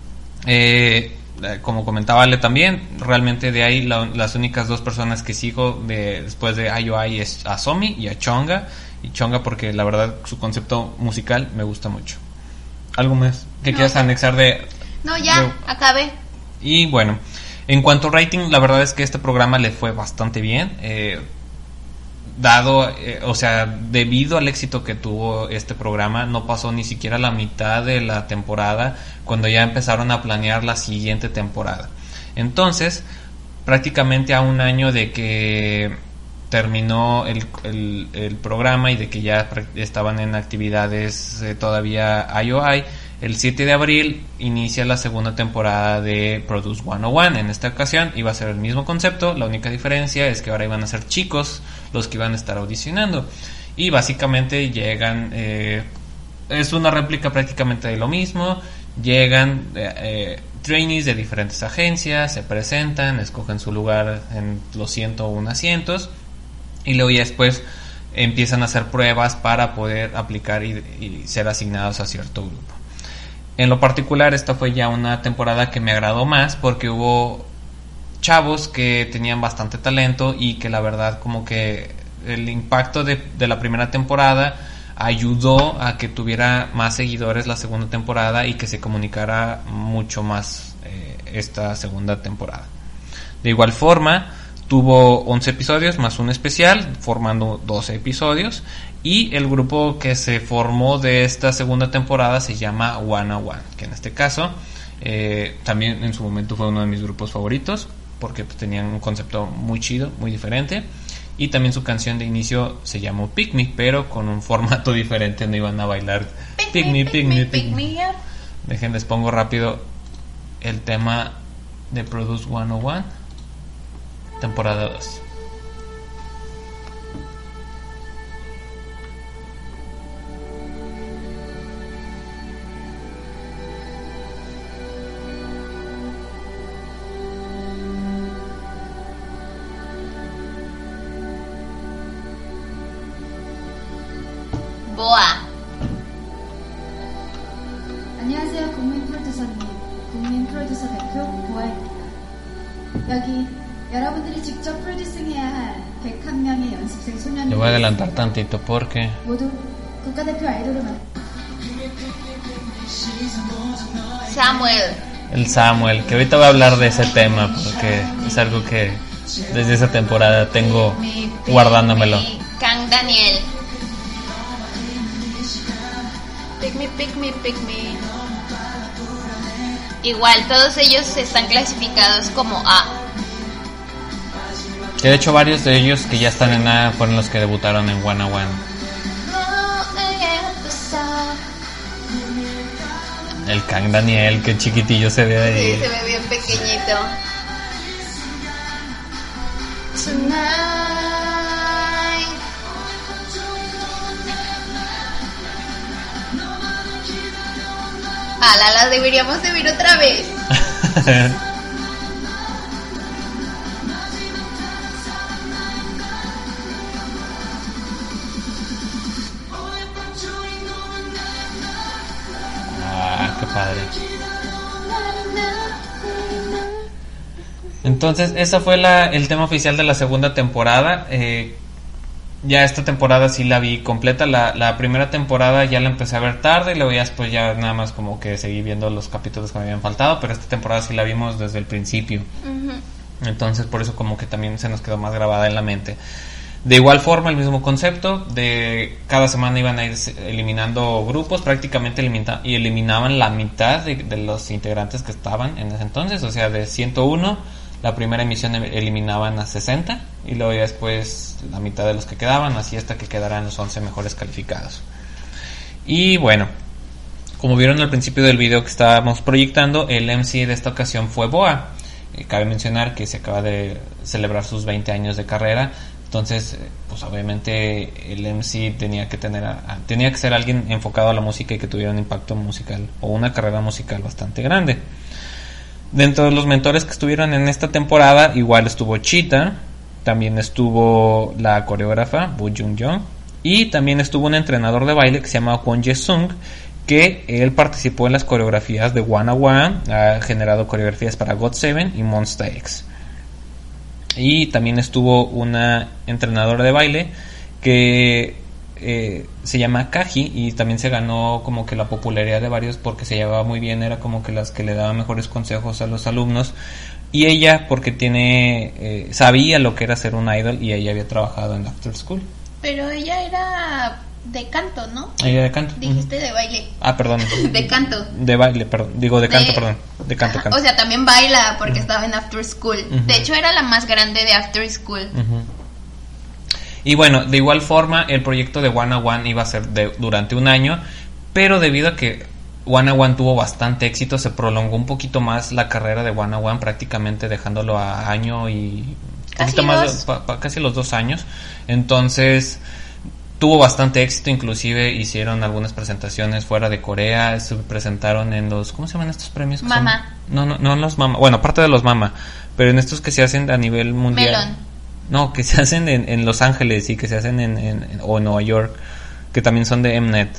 como comentaba Ale también, realmente de ahí las únicas dos personas que sigo después de IOI es a Somi y a Chonga. Y Chonga porque la verdad su concepto musical me gusta mucho. ¿Algo más que quieras anexar de...? No, ya, acabé. Y bueno, en cuanto a rating, la verdad es que este programa le fue bastante bien. Debido al éxito que tuvo este programa, no pasó ni siquiera la mitad de la temporada cuando ya empezaron a planear la siguiente temporada. Entonces, prácticamente a un año de que terminó el programa y de que ya estaban en actividades todavía IOI, el 7 de abril inicia la segunda temporada de Produce 101. En esta ocasión iba a ser el mismo concepto, la única diferencia es que ahora iban a ser chicos los que iban a estar audicionando. Y básicamente llegan, es una réplica prácticamente de lo mismo, llegan trainees de diferentes agencias, se presentan, escogen su lugar en los 101 asientos y luego ya después empiezan a hacer pruebas para poder aplicar y ser asignados a cierto grupo. En lo particular, esta fue ya una temporada que me agradó más porque hubo chavos que tenían bastante talento y que la verdad como que el impacto de la primera temporada ayudó a que tuviera más seguidores la segunda temporada y que se comunicara mucho más esta segunda temporada. De igual forma, tuvo 11 episodios más un especial, formando 12 episodios. Y el grupo que se formó de esta segunda temporada se llama 101, que en este caso también en su momento fue uno de mis grupos favoritos, porque pues, tenían un concepto muy chido, muy diferente. Y también su canción de inicio se llamó Pick Me, pero con un formato diferente, no iban a bailar Pick Me, Pick Me, Pick Me. Dejen, les pongo rápido el tema de Produce 101, temporada 2. Boa. 안녕하세요, 국민 프로듀서님. 국민 프로듀서 대표 보아입니다. 여기 여러분들이 직접 프로듀싱해야 할 101명의 연습생 소년들. Le voy a adelantar tantito porque 모두 국가대표 아이돌을 Samuel. el Samuel, que ahorita voy a hablar de ese tema porque es algo que desde esa temporada tengo guardándomelo. Kang Daniel. Pick me, pick me, pick me. Igual, todos ellos están clasificados como A. Que de hecho varios de ellos que ya están en A fueron los que debutaron en Wanna One. El Kang Daniel, que chiquitillo se ve ahí. Sí, se ve bien pequeñito. Tonight. La deberíamos de ver otra vez. Qué padre. Entonces, esa fue el tema oficial de la segunda temporada. Ya esta temporada sí la vi completa. La primera temporada ya la empecé a ver tarde y luego ya después ya nada más como que seguí viendo los capítulos que me habían faltado, pero esta temporada sí la vimos desde el principio. Entonces por eso como que también se nos quedó más grabada en la mente. De igual forma, el mismo concepto, de cada semana iban a ir eliminando grupos, prácticamente eliminaban la mitad de los integrantes que estaban en ese entonces, o sea, de 101, la primera emisión eliminaban a 60, y luego ya después la mitad de los que quedaban, así hasta que quedaran los 11 mejores calificados. Y bueno, como vieron al principio del video que estábamos proyectando, el MC de esta ocasión fue Boa. Cabe mencionar que se acaba de celebrar sus 20 años de carrera. Entonces, pues obviamente el MC tenía que ser alguien enfocado a la música y que tuviera un impacto musical o una carrera musical bastante grande. Dentro de los mentores que estuvieron en esta temporada, igual estuvo Cheetah, también estuvo la coreógrafa Bu Jung-young y también estuvo un entrenador de baile que se llama Kwon Jae-sung, que él participó en las coreografías de Wanna One, ha generado coreografías para GOT7 y Monsta X. Y también estuvo una entrenadora de baile que se llama Kaji, y también se ganó como que la popularidad de varios porque se llevaba muy bien, era como que las que le daban mejores consejos a los alumnos. Y ella porque sabía lo que era ser un idol, y ella había trabajado en After School. Pero ella era de canto, ¿no? Ella de canto. Dijiste de baile. Perdón. De canto. De baile, perdón. Digo de canto, perdón. De canto, canto. O sea, también baila porque estaba en After School. De hecho, era la más grande de After School. Y bueno, de igual forma, el proyecto de Wanna One iba a ser durante un año, pero debido a que Wanna One tuvo bastante éxito, se prolongó un poquito más la carrera de Wanna One, prácticamente dejándolo a año y casi más casi los 2 años. Entonces tuvo bastante éxito, inclusive hicieron algunas presentaciones fuera de Corea, se presentaron en los, ¿cómo se llaman estos premios? Mama. No los Mama, bueno, aparte de los Mama, pero en estos que se hacen a nivel mundial. Melon. No, que se hacen en Los Ángeles y que se hacen o en Nueva York, que también son de Mnet.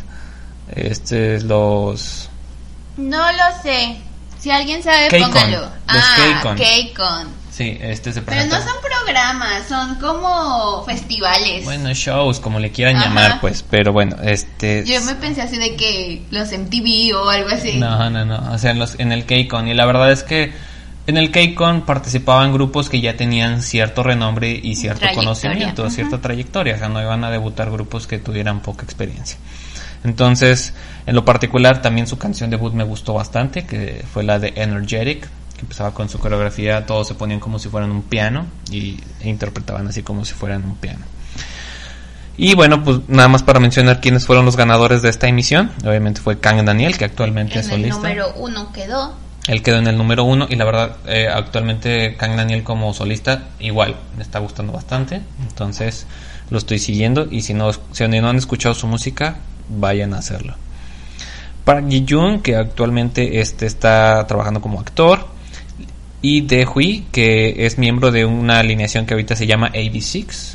Los... No lo sé. Si alguien sabe, K-Con. póngalo. Los K-Con. K-Con. Sí, se Pero presenta. no son programas, son como festivales. Bueno, shows, como le quieran Ajá. llamar, pues, pero bueno, Yo me pensé así de que los MTV o algo así. No, o sea, en el K-Con, y la verdad es que en el K-Con participaban grupos que ya tenían cierto renombre y cierto conocimiento, cierta trayectoria, o sea, no iban a debutar grupos que tuvieran poca experiencia. Entonces, en lo particular, también su canción debut me gustó bastante, que fue la de Energetic, que empezaba con su coreografía, todos se ponían como si fueran un piano e interpretaban así como si fueran un piano. Y bueno, pues nada más para mencionar quiénes fueron los ganadores de esta emisión. Obviamente fue Kang Daniel, que actualmente es solista. En el número 1 quedó. Él quedó en el número 1 y la verdad, actualmente Kang Daniel como solista igual me está gustando bastante. Entonces lo estoy siguiendo, y si no han escuchado su música, vayan a hacerlo. Park Ji-yoon, que actualmente está trabajando como actor, y Dae-hui, que es miembro de una alineación que ahorita se llama AB6,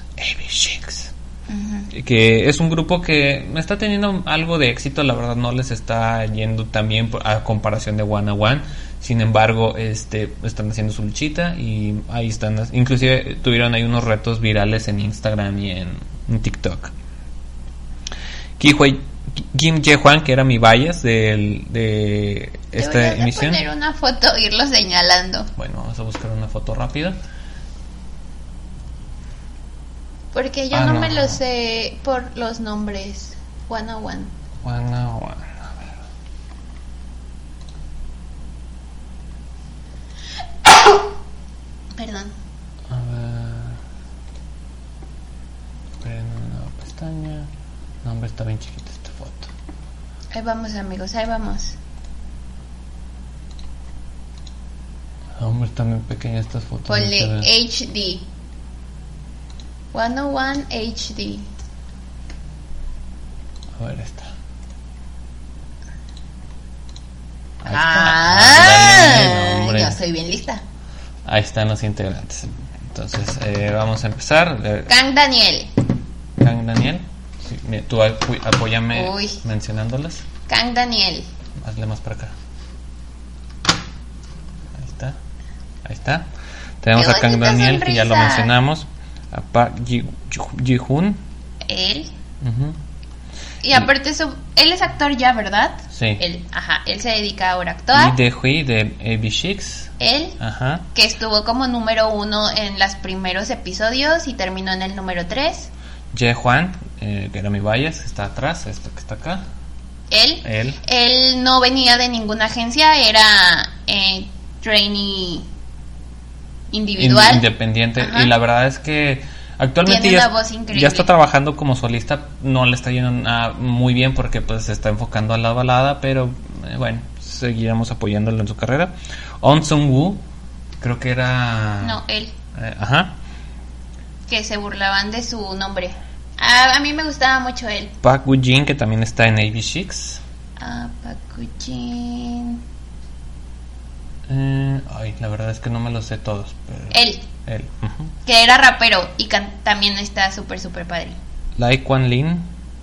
que es un grupo que está teniendo algo de éxito. La verdad no les está yendo tan bien a comparación de Wanna One. Sin embargo, están haciendo su luchita y ahí están. Inclusive tuvieron ahí unos retos virales en Instagram y en TikTok. Kim Jae-hwan, que era mi bias de esta emisión. Poner una foto, irlo señalando. Bueno, vamos a buscar una foto rápida. Porque yo no me lo sé por los nombres. Wanna One. Wanna One, a ver. Perdón. A ver. Ahí vamos, amigos, ahí vamos. Hombre, están muy pequeñas estas fotos. Ponle HD. 101 HD. A ver, esta. Ah, yo soy bien lista. Ahí están los integrantes. Entonces, vamos a empezar. Kang Daniel. Kang Daniel. Sí, tú apóyame mencionándolas. Kang Daniel. Hazle más para acá. Ahí está. Tenemos a Kang Daniel, que ya lo mencionamos. A Park Ji-hoon. Él. Y aparte él es actor ya, ¿verdad? Sí. Él se dedica ahora a actuar. Y Dae-hui de AB6. Él, que estuvo como número 1 en los primeros episodios y terminó en el número 3. Jae-hwan, que era mi bias, está atrás, esto que está acá. Él no venía de ninguna agencia, era trainee individual. Independiente. Y la verdad es que actualmente ya está trabajando como solista. No le está yendo muy bien porque pues se está enfocando a la balada, pero bueno, seguiremos apoyándolo en su carrera. On Sung-woo, creo que era... No, él. Ajá. Que se burlaban de su nombre. A mí me gustaba mucho él. Park Woo-jin, que también está en AB6. Park Woo-jin. La verdad es que no me los sé todos. Pero Él. Que era rapero y también está súper padre. Lai Kwan-lin.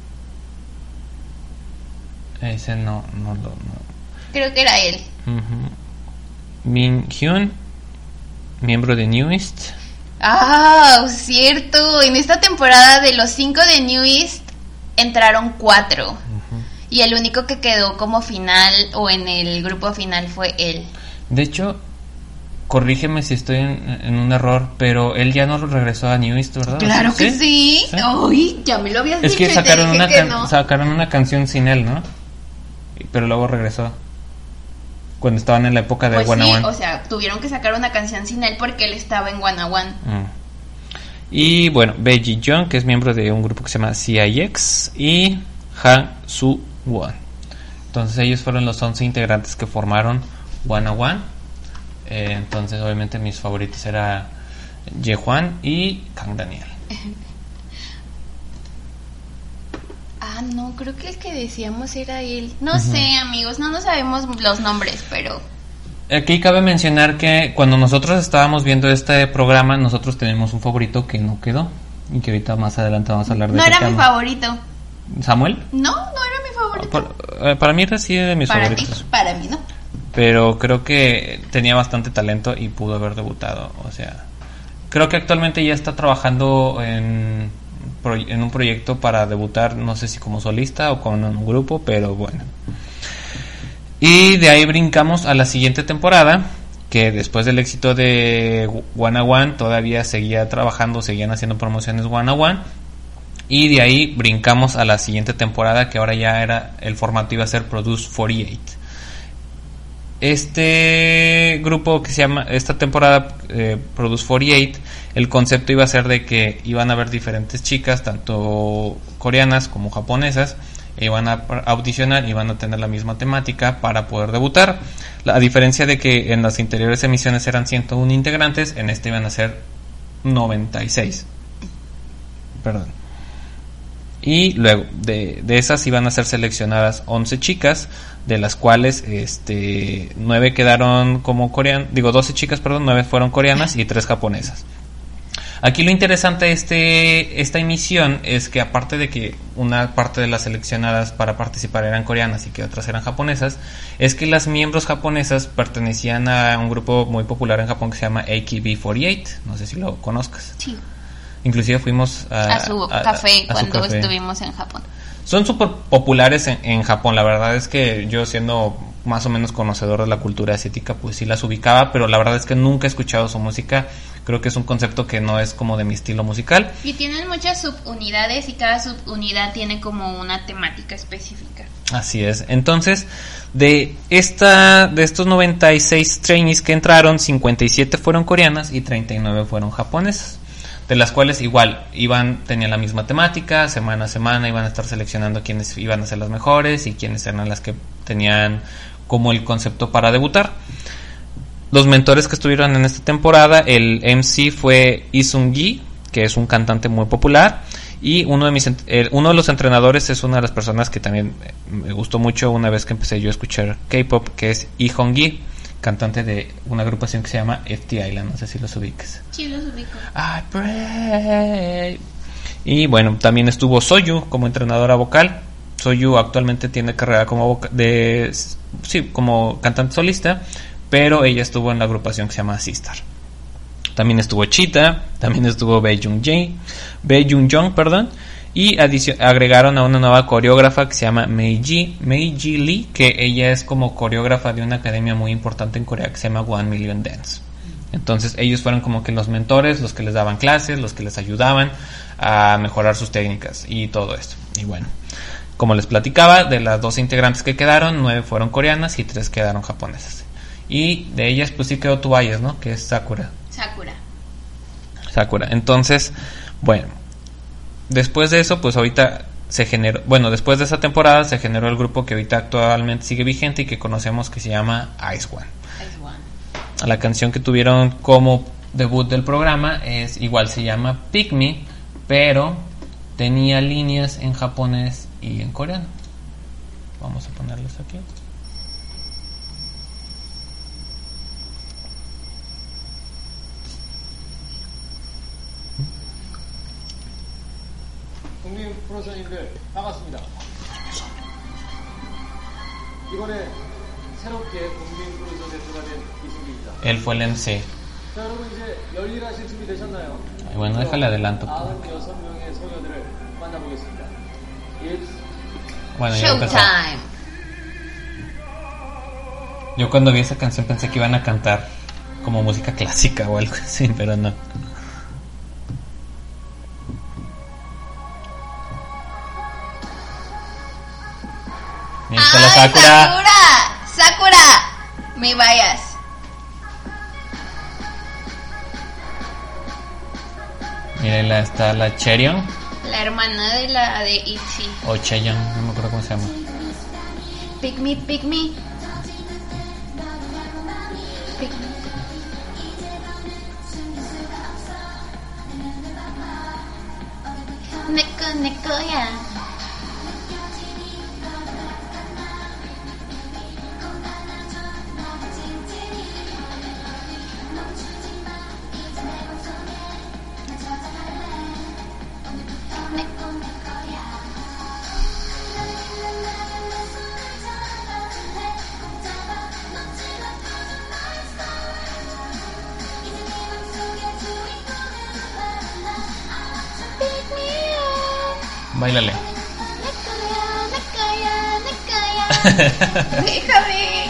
Ese no. Creo que era él. Min Hyun, miembro de New East. Cierto. En esta temporada de los 5 de New East entraron 4. Y el único que quedó como final o en el grupo final fue él. De hecho, corrígeme si estoy en un error, pero él ya no regresó a New East, ¿verdad? Claro que sí. Uy, ya me lo habías dicho. Es que sacaron una canción sin él, ¿no? Pero luego regresó. Cuando estaban en la época de Wanna One. O sea, tuvieron que sacar una canción sin él porque él estaba en Wanna One. Y bueno, Bae Ji-young, que es miembro de un grupo que se llama CIX, y Han Soo-won. Entonces ellos fueron los 11 integrantes que formaron Wanna One. Entonces obviamente mis favoritos eran Jae-hwan y Kang Daniel. No, creo que el que decíamos era él. No sé, amigos, no sabemos los nombres, pero... Aquí cabe mencionar que cuando nosotros estábamos viendo este programa, nosotros tenemos un favorito que no quedó y que ahorita más adelante vamos a hablar de ese tema. No era mi favorito. ¿Samuel? No era mi favorito. Para mí sí de mis favoritos. Para mí no. Pero creo que tenía bastante talento y pudo haber debutado. O sea, creo que actualmente ya está trabajando en un proyecto para debutar, no sé si como solista o con un grupo, pero bueno. Y de ahí brincamos a la siguiente temporada, que después del éxito de Wanna One todavía seguía trabajando, seguían haciendo promociones Wanna One. Y de ahí brincamos a la siguiente temporada, que ahora ya era el formato iba a ser Produce 48. Este grupo que se llama, esta temporada Produce 48, el concepto iba a ser de que iban a haber diferentes chicas, tanto coreanas como japonesas, e iban a audicionar y iban a tener la misma temática para poder debutar. A diferencia de que en las anteriores emisiones eran 101 integrantes, en este iban a ser 96. Perdón. Y luego de esas iban a ser seleccionadas 11 chicas, de las cuales 9 quedaron como coreanas, 12 chicas, perdón, 9 fueron coreanas y 3 japonesas. Aquí lo interesante de esta emisión es que, aparte de que una parte de las seleccionadas para participar eran coreanas y que otras eran japonesas, es que las miembros japonesas pertenecían a un grupo muy popular en Japón que se llama AKB48, no sé si lo conozcas. Sí. Inclusive fuimos a su café cuando estuvimos en Japón. Son súper populares en Japón. La verdad es que yo, siendo más o menos conocedor de la cultura asiática, pues sí las ubicaba, pero la verdad es que nunca he escuchado su música. Creo que es un concepto que no es como de mi estilo musical. Y tienen muchas subunidades y cada subunidad tiene como una temática específica. Así es. Entonces, de estos 96 trainees que entraron, 57 fueron coreanas y 39 fueron japonesas. de las cuales igual tenían la misma temática, semana a semana iban a estar seleccionando quiénes iban a ser las mejores y quiénes eran las que tenían como el concepto para debutar. Los mentores que estuvieron en esta temporada, el MC fue Lee Seung-gi, que es un cantante muy popular, y uno de los entrenadores es una de las personas que también me gustó mucho una vez que empecé yo a escuchar K-pop, que es Lee Hong-gi, cantante de una agrupación que se llama FT Island, no sé si los ubiques. Sí, los ubico. I pray. Y bueno, también estuvo Soyu como entrenadora vocal. Soyu actualmente tiene carrera como cantante solista, pero ella estuvo en la agrupación que se llama Sistar. También estuvo Cheetah, también estuvo Bae Jung-jong, y agregaron a una nueva coreógrafa que se llama Meiji Lee, que ella es como coreógrafa de una academia muy importante en Corea que se llama 1 Million Dance. Entonces ellos fueron como que los mentores, los que les daban clases, los que les ayudaban a mejorar sus técnicas y todo esto. Y bueno, como les platicaba, de las 12 integrantes que quedaron, 9 fueron coreanas y 3 quedaron japonesas. Y de ellas pues sí quedó Tobias, ¿no? Que es Sakura. Entonces, bueno, después de eso, pues ahorita después de esa temporada se generó el grupo que ahorita actualmente sigue vigente y que conocemos, que se llama IZ*ONE. La canción que tuvieron como debut del programa se llama Pick Me, pero tenía líneas en japonés y en coreano. Vamos a ponerlos aquí. 국민 프로선님들 반갑습니다. 이번에 새롭게 국민 프로선 대표가 된 이승기입니다. Él fue el MC. 자, 여러분 이제 열일하실 준비 되셨나요? Bueno, déjale adelanto. 96명의 소녀들을 만나보겠습니다. Bueno, Showtime. Yo cuando vi esa canción pensé que iban a cantar como música clásica o algo así, pero no. Sakura, me vayas. Miren, está la Cheon, la hermana de la de ITZY. O Cheon, no me acuerdo cómo se llama. Pick me, pick me. Pick me. Neko ya. Báilale. Déjame.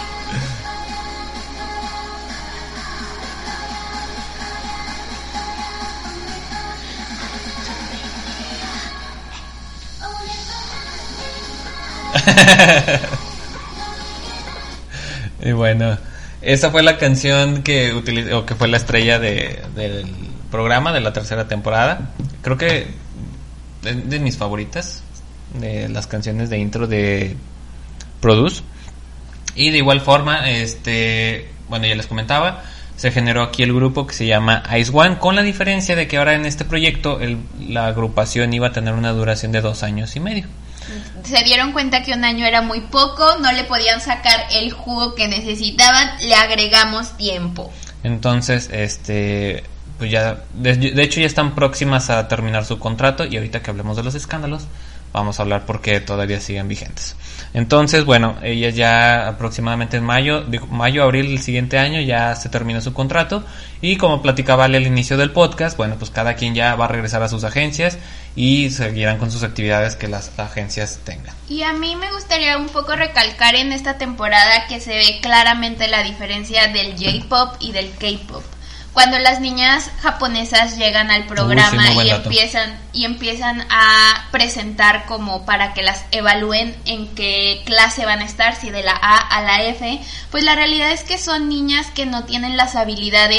Y bueno, esa fue la canción que utilizó, que fue la estrella del programa de la tercera temporada. Creo que de mis favoritas, de las canciones de intro de Produce. Y de igual forma, bueno, ya les comentaba, se generó aquí el grupo que se llama IZ*ONE, con la diferencia de que ahora en este proyecto la agrupación iba a tener una duración de 2 años y medio. Se dieron cuenta que 1 año era muy poco, no le podían sacar el jugo que necesitaban, le agregamos tiempo. Entonces, pues ya, de hecho ya están próximas a terminar su contrato, y ahorita que hablemos de los escándalos vamos a hablar por qué todavía siguen vigentes. Entonces, bueno, ellas ya aproximadamente en mayo, abril del siguiente año ya se termina su contrato, y como platicaba al inicio del podcast, bueno, pues cada quien ya va a regresar a sus agencias y seguirán con sus actividades que las agencias tengan. Y a mí me gustaría un poco recalcar en esta temporada que se ve claramente la diferencia del J-pop y del K-pop. Cuando las niñas japonesas llegan al programa y empiezan a presentar como para que las evalúen en qué clase van a estar, si de la A a la F, pues la realidad es que son niñas que no tienen las habilidades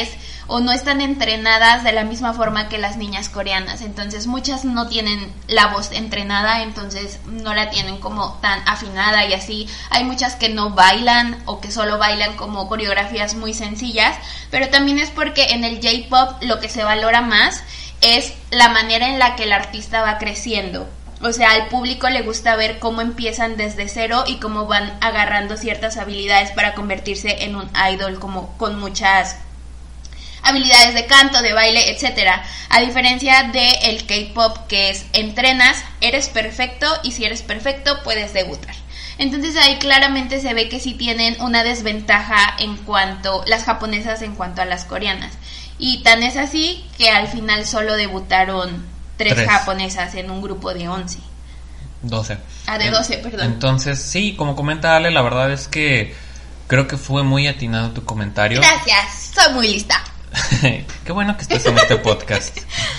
o no están entrenadas de la misma forma que las niñas coreanas. Entonces muchas no tienen la voz entrenada, entonces no la tienen como tan afinada y así. Hay muchas que no bailan o que solo bailan como coreografías muy sencillas, pero también es porque en el J-pop lo que se valora más es la manera en la que el artista va creciendo. O sea, al público le gusta ver cómo empiezan desde cero y cómo van agarrando ciertas habilidades para convertirse en un idol como con muchas habilidades de canto, de baile, etcétera. A diferencia del K-pop, que es entrenas, eres perfecto y si eres perfecto puedes debutar. Entonces ahí claramente se ve que sí tienen una desventaja en cuanto las japonesas en cuanto a las coreanas. Y tan es así que al final solo debutaron 3 japonesas en un grupo de 11. 12. De 12, perdón. Entonces, sí, como comenta Ale, la verdad es que creo que fue muy atinado tu comentario. Gracias, soy muy lista. Qué bueno que estés en este podcast.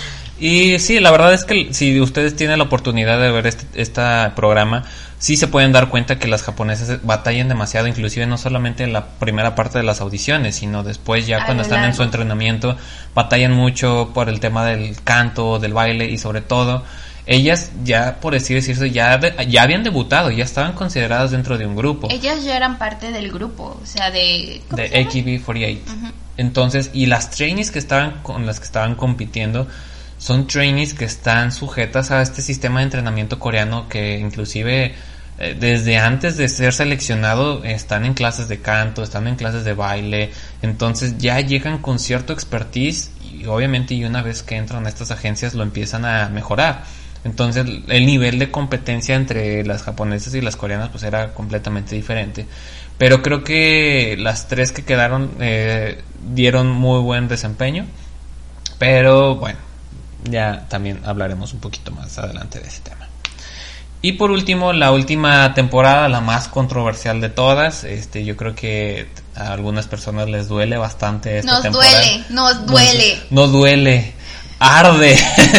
Y sí, la verdad es que si ustedes tienen la oportunidad de ver este programa, sí se pueden dar cuenta que las japonesas batallan demasiado, inclusive no solamente en la primera parte de las audiciones, sino después ya cuando están en su entrenamiento, batallan mucho por el tema del canto, del baile y sobre todo, ellas ya, por así decirse, ya habían debutado, ya estaban consideradas dentro de un grupo. Ellas ya eran parte del grupo, o sea, de AKB48. Uh-huh. Entonces, y las trainees con las que estaban compitiendo son trainees que están sujetas a este sistema de entrenamiento coreano que inclusive desde antes de ser seleccionado están en clases de canto, están en clases de baile, entonces ya llegan con cierto expertise y obviamente y una vez que entran a estas agencias lo empiezan a mejorar. Entonces el nivel de competencia entre las japonesas y las coreanas pues era completamente diferente. Pero creo que las 3 que quedaron dieron muy buen desempeño. Pero bueno, ya también hablaremos un poquito más adelante de ese tema. Y por último, la última temporada, la más controversial de todas. Yo creo que a algunas personas les duele bastante esta temporada. Nos duele. Nos duele. Arde.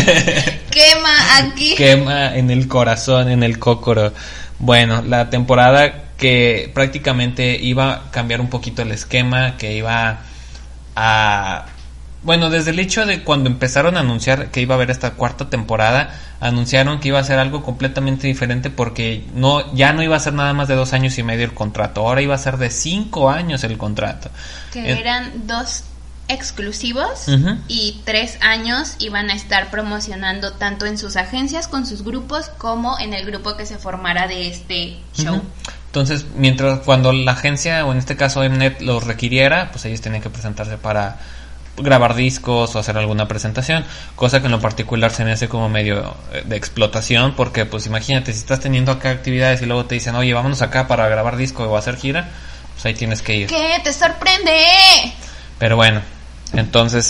Quema aquí. Quema en el corazón, en el cócoro. Bueno, la temporada que prácticamente iba a cambiar un poquito el esquema, que iba a... Bueno, desde el hecho de cuando empezaron a anunciar que iba a haber esta 4ª temporada, anunciaron que iba a ser algo completamente diferente porque ya no iba a ser nada más de 2 años y medio el contrato, ahora iba a ser de 5 años el contrato. Que eran 2 exclusivos y 3 años iban a estar promocionando tanto en sus agencias con sus grupos como en el grupo que se formara de este show. Entonces, cuando la agencia o en este caso Mnet los requiriera, pues ellos tenían que presentarse para grabar discos o hacer alguna presentación, cosa que en lo particular se me hace como medio de explotación, porque pues imagínate, si estás teniendo acá actividades y luego te dicen, oye, vámonos acá para grabar disco o hacer gira, pues ahí tienes que ir. ¿Qué? ¡Te sorprende! Pero bueno, entonces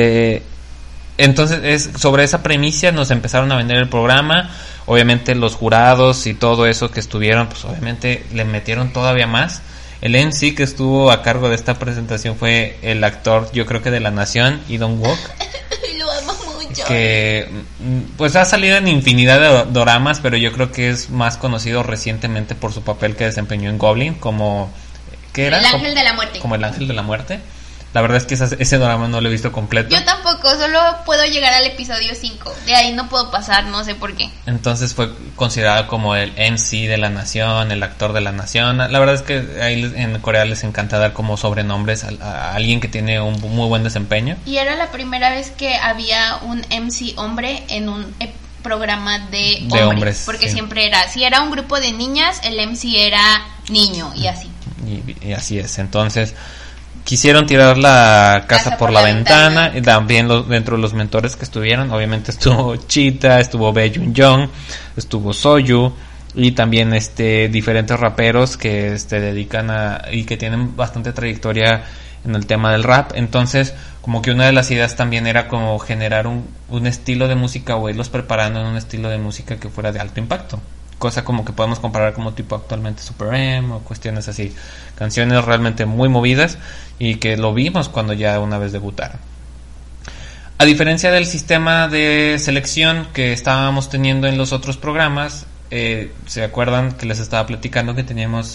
sobre esa premisa nos empezaron a vender el programa. Obviamente los jurados y todo eso que estuvieron, pues obviamente le metieron todavía más. El MC que estuvo a cargo de esta presentación fue el actor, yo creo que de La Nación, Lee Dong-wook. Lo amo mucho. Que pues ha salido en infinidad de doramas, pero yo creo que es más conocido recientemente por su papel que desempeñó en Goblin, como... ¿qué era? El Ángel de la Muerte. Como el Ángel de la Muerte. La verdad es que ese drama no lo he visto completo. Yo tampoco, solo puedo llegar al episodio 5. De ahí no puedo pasar, no sé por qué. Entonces fue considerado como el MC de La Nación, el actor de La Nación. La verdad es que ahí en Corea les encanta dar como sobrenombres a alguien que tiene un muy buen desempeño. Y era la primera vez que había un MC hombre en un programa de hombres. Porque sí, siempre era, si era un grupo de niñas, el MC era niño y así. Y así es, entonces... Quisieron tirar la casa por la ventana. Y también dentro de los mentores que estuvieron, obviamente estuvo Cheetah, estuvo Baekhyun, estuvo Soyu y también diferentes raperos que dedican y que tienen bastante trayectoria en el tema del rap. Entonces, como que una de las ideas también era como generar un estilo de música o irlos preparando en un estilo de música que fuera de alto impacto. Cosa como que podemos comparar como tipo actualmente Super M o cuestiones así, canciones realmente muy movidas y que lo vimos cuando ya una vez debutaron. A diferencia del sistema de selección que estábamos teniendo en los otros programas, ¿se acuerdan que les estaba platicando que teníamos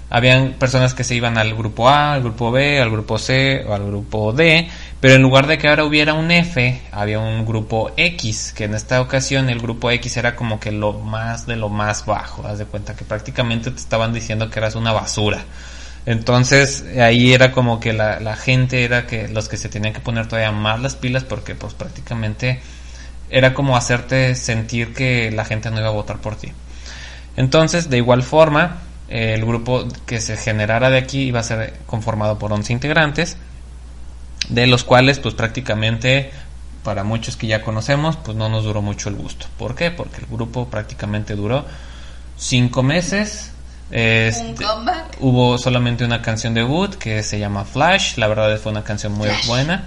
Habían personas que se iban al grupo A, al grupo B, al grupo C o al grupo D, pero en lugar de que ahora hubiera un F, había un grupo X, que en esta ocasión el grupo X era como que lo más de lo más bajo. Haz de cuenta que prácticamente te estaban diciendo que eras una basura. Entonces ahí era como que la gente era que los que se tenían que poner todavía más las pilas, porque pues prácticamente era como hacerte sentir que la gente no iba a votar por ti. Entonces, de igual forma, el grupo que se generara de aquí iba a ser conformado por 11 integrantes, de los cuales pues prácticamente, para muchos que ya conocemos, pues no nos duró mucho el gusto. ¿Por qué? Porque el grupo prácticamente duró 5 meses. Un comeback. Hubo solamente una canción debut que se llama Flash. La verdad fue una canción muy buena.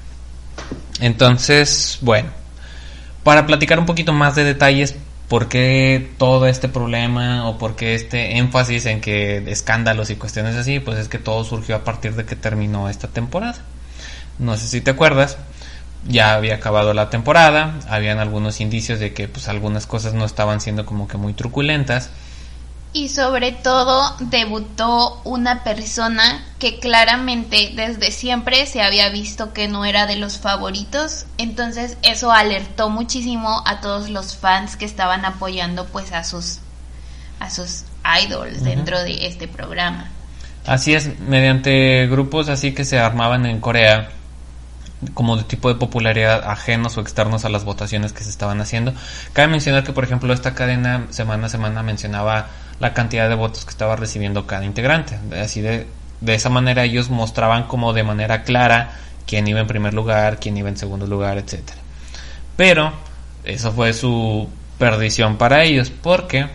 Entonces, bueno, para platicar un poquito más de detalles, por qué todo este problema o por qué este énfasis en que escándalos y cuestiones así, pues es que todo surgió a partir de que terminó esta temporada. No sé si te acuerdas, ya había acabado la temporada, habían algunos indicios de que pues algunas cosas no estaban siendo como que muy truculentas. Y sobre todo debutó una persona que claramente desde siempre se había visto que no era de los favoritos. Entonces eso alertó muchísimo a todos los fans que estaban apoyando pues a sus idols dentro de este programa. Así es, mediante grupos así que se armaban en Corea, como de tipo de popularidad ajenos o externos a las votaciones que se estaban haciendo. Cabe mencionar que, por ejemplo, esta cadena semana a semana mencionaba la cantidad de votos que estaba recibiendo cada integrante. Así de esa manera ellos mostraban como de manera clara quién iba en primer lugar, quién iba en segundo lugar, etcétera. Pero eso fue su perdición para ellos, porque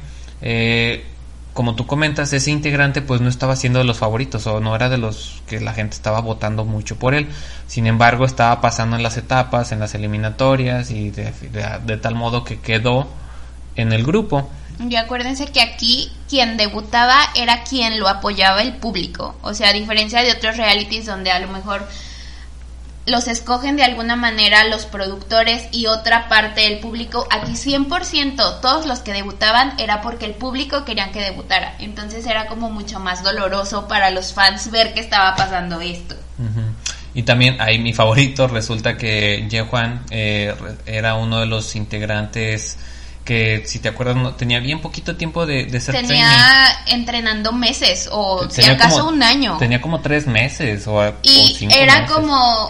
como tú comentas, ese integrante pues no estaba siendo de los favoritos, o no era de los que la gente estaba votando mucho por él. Sin embargo, estaba pasando en las etapas, en las eliminatorias, y de tal modo que quedó en el grupo. Y acuérdense que aquí quien debutaba era quien lo apoyaba el público. O sea, a diferencia de otros realities donde a lo mejor los escogen de alguna manera los productores y otra parte del público, aquí 100% todos los que debutaban era porque el público querían que debutara. Entonces era como mucho más doloroso para los fans ver que estaba pasando esto. Y también ahí mi favorito, resulta que Yehwan era uno de los integrantes que, si te acuerdas, no, tenía bien poquito tiempo de ser trainee. Tenía entrenando meses o si acaso un año. Tenía como 3 meses o 5 era meses.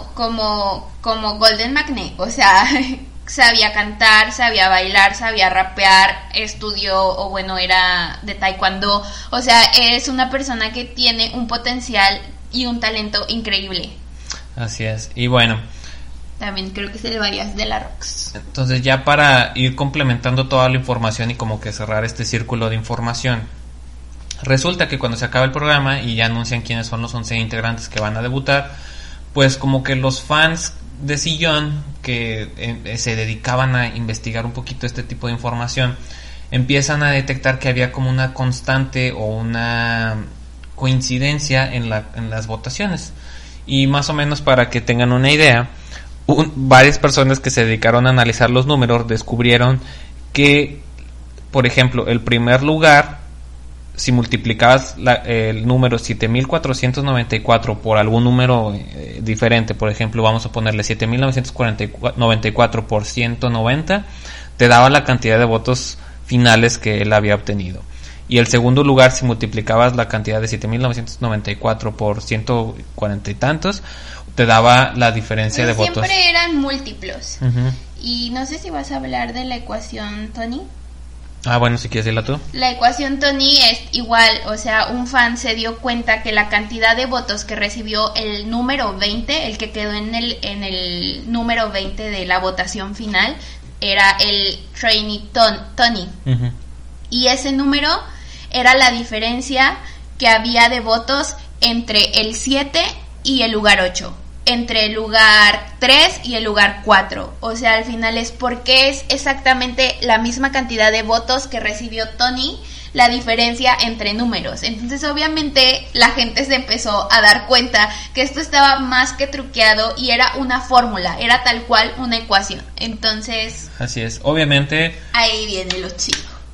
como Golden Magne, o sea, sabía cantar, sabía bailar, sabía rapear, estudió, o bueno, era de taekwondo. O sea, es una persona que tiene un potencial y un talento increíble. Así es, y bueno, también creo que es de varias de la Rox. Entonces, ya para ir complementando toda la información y como que cerrar este círculo de información, resulta que cuando se acaba el programa y ya anuncian quiénes son los 11 integrantes que van a debutar, pues como que los fans de Sillón, que se dedicaban a investigar un poquito este tipo de información, empiezan a detectar que había como una constante o una coincidencia en las votaciones. Y más o menos para que tengan una idea, varias personas que se dedicaron a analizar los números descubrieron que, por ejemplo, el primer lugar, si multiplicabas el número 7494 por algún número diferente, por ejemplo, vamos a ponerle 7994 por 190, te daba la cantidad de votos finales que él había obtenido. Y el segundo lugar, si multiplicabas la cantidad de 7.994 por 140 y tantos, te daba la diferencia de votos. Siempre eran múltiplos. Y no sé si vas a hablar de la ecuación Tony. Ah, bueno, si quieres decirla tú. La ecuación Tony es igual, o sea, un fan se dio cuenta que la cantidad de votos que recibió el número 20, el que quedó en el número 20 de la votación final, era el trainee Tony. Y ese número era la diferencia que había de votos entre el 7 y el lugar 8, entre el lugar 3 y el lugar 4. O sea, al final es porque es exactamente la misma cantidad de votos que recibió Tony, la diferencia entre números. Entonces, obviamente, la gente se empezó a dar cuenta que esto estaba más que truqueado y era una fórmula, era tal cual una ecuación. Entonces, así es, obviamente. Ahí viene lo chido.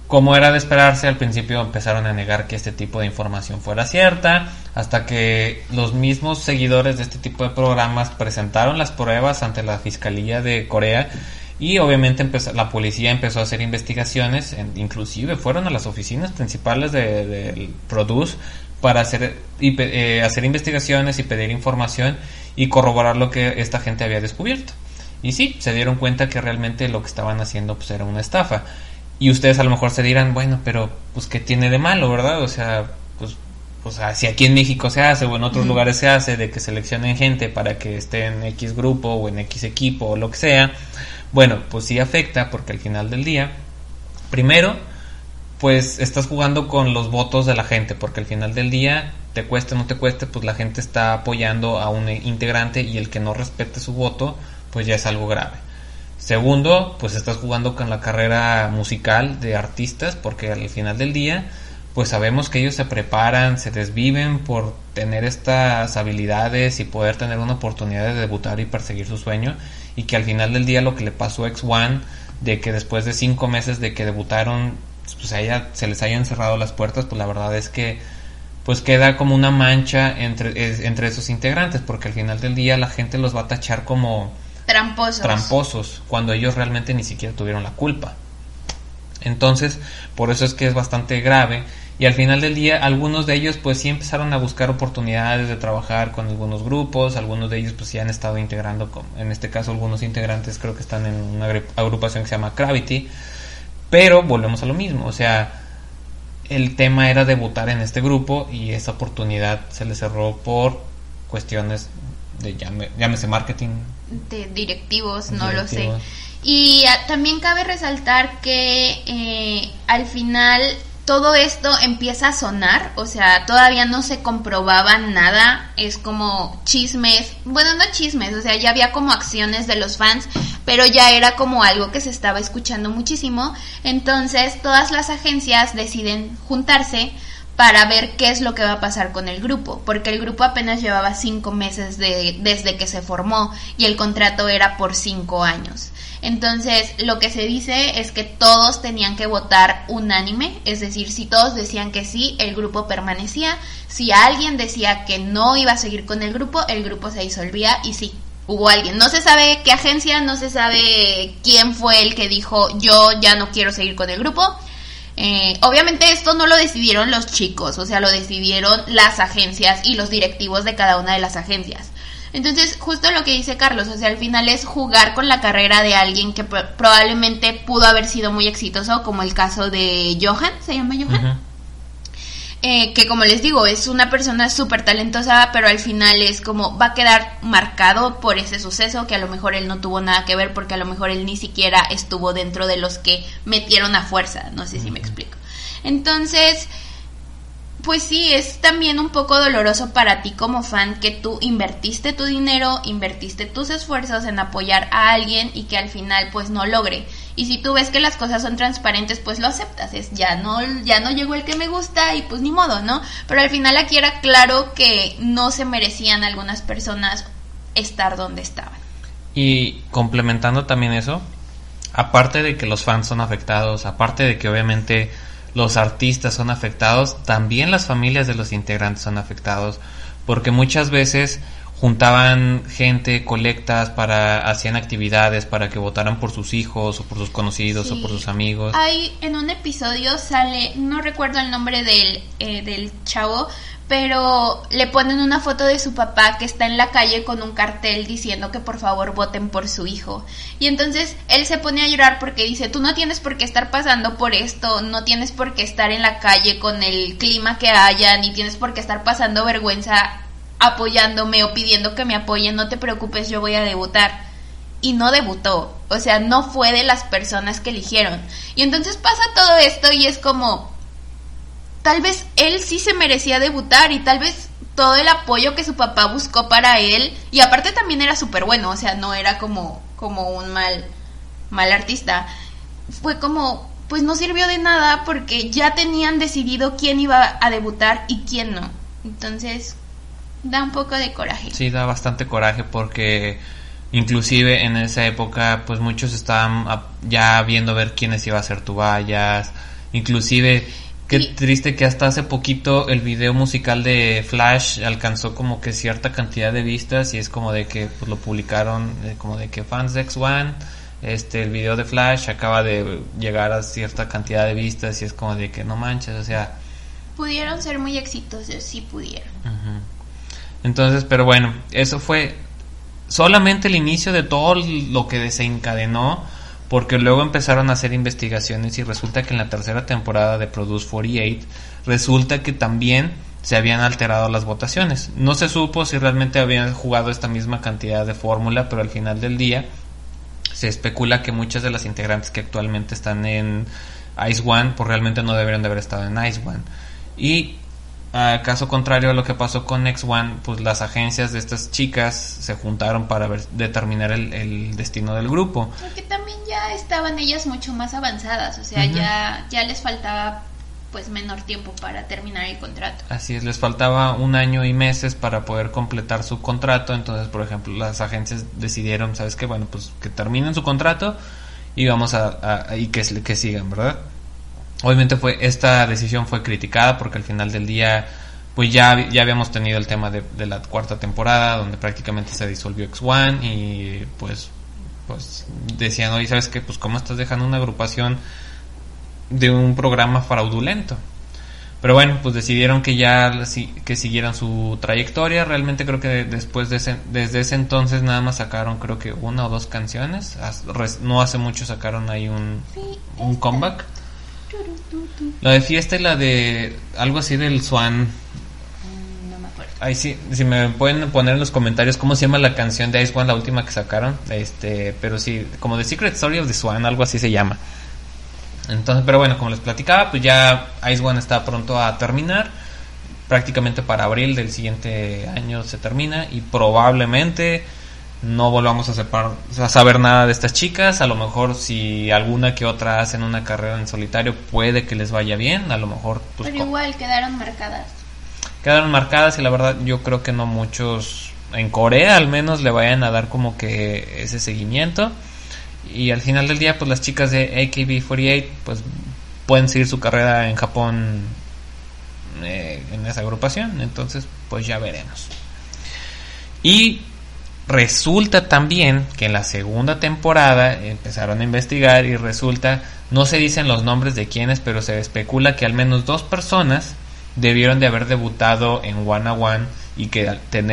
Como era de esperarse, al principio empezaron a negar que este tipo de información fuera cierta, hasta que los mismos seguidores de este tipo de programas presentaron las pruebas ante la Fiscalía de Corea y obviamente la policía empezó a hacer investigaciones, inclusive fueron a las oficinas principales de Produce para hacer investigaciones y pedir información y corroborar lo que esta gente había descubierto. Y sí, se dieron cuenta que realmente lo que estaban haciendo pues era una estafa. Y ustedes a lo mejor se dirán, bueno, pero pues ¿qué tiene de malo, verdad? O sea, pues si aquí en México se hace o en otros lugares se hace de que seleccionen gente para que esté en X grupo o en X equipo o lo que sea, bueno, pues sí afecta porque al final del día, primero, pues estás jugando con los votos de la gente, porque al final del día, te cueste o no te cueste, pues la gente está apoyando a un integrante y el que no respete su voto, pues ya es algo grave. Segundo, pues estás jugando con la carrera musical de artistas, porque al final del día, pues sabemos que ellos se preparan, se desviven por tener estas habilidades y poder tener una oportunidad de debutar y perseguir su sueño, y que al final del día lo que le pasó a X1, de que después de 5 meses de que debutaron, pues a ella se les hayan cerrado las puertas, pues la verdad es que pues queda como una mancha entre esos integrantes, porque al final del día la gente los va a tachar como tramposos, cuando ellos realmente ni siquiera tuvieron la culpa. Entonces, por eso es que es bastante grave, y al final del día algunos de ellos pues sí empezaron a buscar oportunidades de trabajar con algunos grupos, algunos de ellos pues sí han estado integrando, en este caso algunos integrantes creo que están en una agrupación que se llama Gravity, pero volvemos a lo mismo, o sea, el tema era debutar en este grupo y esa oportunidad se le cerró por cuestiones de llámese marketing, de directivos, no lo sé. Y también cabe resaltar que al final todo esto empieza a sonar, o sea, todavía no se comprobaba nada, es como chismes, bueno, no chismes, o sea, ya había como acciones de los fans, pero ya era como algo que se estaba escuchando muchísimo. Entonces todas las agencias deciden juntarse para ver qué es lo que va a pasar con el grupo, porque el grupo apenas llevaba 5 meses desde que se formó y el contrato era por 5 años. Entonces, lo que se dice es que todos tenían que votar unánime, es decir, si todos decían que sí, el grupo permanecía. Si alguien decía que no iba a seguir con el grupo se disolvía y sí, hubo alguien. No se sabe qué agencia, no se sabe quién fue el que dijo yo ya no quiero seguir con el grupo. Obviamente esto no lo decidieron los chicos, o sea, lo decidieron las agencias y los directivos de cada una de las agencias. Entonces, justo lo que dice Carlos, o sea, al final es jugar con la carrera de alguien que probablemente pudo haber sido muy exitoso, como el caso de Johan, ¿se llama Johan? Uh-huh. Que como les digo, es una persona súper talentosa, pero al final es como va a quedar marcado por ese suceso, que a lo mejor él no tuvo nada que ver, porque a lo mejor él ni siquiera estuvo dentro de los que metieron a fuerza, no sé si me explico. Entonces, pues sí, es también un poco doloroso para ti como fan que tú invertiste tu dinero, invertiste tus esfuerzos en apoyar a alguien y que al final pues no logre. Y si tú ves que las cosas son transparentes, pues lo aceptas, es ya no llegó el que me gusta y pues ni modo, ¿no? Pero al final aquí era claro que no se merecían algunas personas estar donde estaban. Y complementando también eso, aparte de que los fans son afectados, aparte de que obviamente los artistas son afectados, también las familias de los integrantes son afectados, porque muchas veces juntaban gente, colectas, hacían actividades para que votaran por sus hijos o por sus conocidos, sí, o por sus amigos. Hay en un episodio sale, no recuerdo el nombre del chavo, pero le ponen una foto de su papá que está en la calle con un cartel diciendo que por favor voten por su hijo. Y entonces él se pone a llorar porque dice, tú no tienes por qué estar pasando por esto, no tienes por qué estar en la calle con el clima que haya, ni tienes por qué estar pasando vergüenza apoyándome o pidiendo que me apoyen, no te preocupes, yo voy a debutar. Y no debutó, o sea, no fue de las personas que eligieron. Y entonces pasa todo esto y es como, tal vez él sí se merecía debutar y tal vez todo el apoyo que su papá buscó para él, y aparte también era súper bueno, o sea, no era como un mal artista, fue como, pues no sirvió de nada porque ya tenían decidido quién iba a debutar y quién no. Entonces da un poco de coraje. Sí, da bastante coraje porque inclusive en esa época pues muchos estaban ya viendo ver quiénes iba a ser Tobias, Inclusive, qué Y- triste que hasta hace poquito el video musical de Flash alcanzó como que cierta cantidad de vistas y es como de que pues lo publicaron como de que fans de X1, el video de Flash acaba de llegar a cierta cantidad de vistas y es como de que no manches, o sea, Pudieron ser muy exitosos, sí pudieron. ujú. Entonces, pero bueno, eso fue solamente el inicio de todo lo que desencadenó, porque luego empezaron a hacer investigaciones y resulta que en la tercera temporada de Produce 48 resulta que también se habían alterado las votaciones. No se supo si realmente habían jugado esta misma cantidad de fórmula, pero al final del día se especula que muchas de las integrantes que actualmente están en Ice One pues realmente no deberían de haber estado en Ice One. Y caso contrario a lo que pasó con X1, pues las agencias de estas chicas se juntaron para determinar el destino del grupo. Porque también ya estaban ellas mucho más avanzadas, o sea, Ujú. ya les faltaba pues menor tiempo para terminar el contrato. Así es, les faltaba 1 año y meses para poder completar su contrato. Entonces, por ejemplo, las agencias decidieron, ¿sabes qué? Bueno, pues que terminen su contrato y vamos y que sigan, ¿verdad? Obviamente esta decisión fue criticada porque al final del día pues ya habíamos tenido el tema de la cuarta temporada donde prácticamente se disolvió X1 y pues decían, oye, ¿sabes qué? Pues cómo estás dejando una agrupación de un programa fraudulento. Pero bueno, pues decidieron que siguieran su trayectoria. Realmente creo que desde ese entonces nada más sacaron creo que 1 o 2 canciones. No hace mucho sacaron ahí un comeback. La de Fiesta y la de algo así del Swan. No me acuerdo. Ahí sí, si me pueden poner en los comentarios cómo se llama la canción de Ice One, la última que sacaron. Pero sí, como The Secret Story of the Swan, algo así se llama. Entonces, pero bueno, como les platicaba, pues ya Ice One está pronto a terminar. Prácticamente para abril del siguiente año se termina y probablemente no volvamos a saber nada de estas chicas. A lo mejor si alguna que otra hacen una carrera en solitario puede que les vaya bien. A lo mejor pues, Pero igual quedaron marcadas y la verdad yo creo que no muchos en Corea al menos le vayan a dar como que ese seguimiento. Y al final del día pues las chicas de AKB48 pues pueden seguir su carrera en Japón en esa agrupación. Entonces pues ya veremos. Y resulta también que en la segunda temporada empezaron a investigar y resulta, no se dicen los nombres de quiénes, pero se especula que al menos 2 personas debieron de haber debutado en Wanna One y que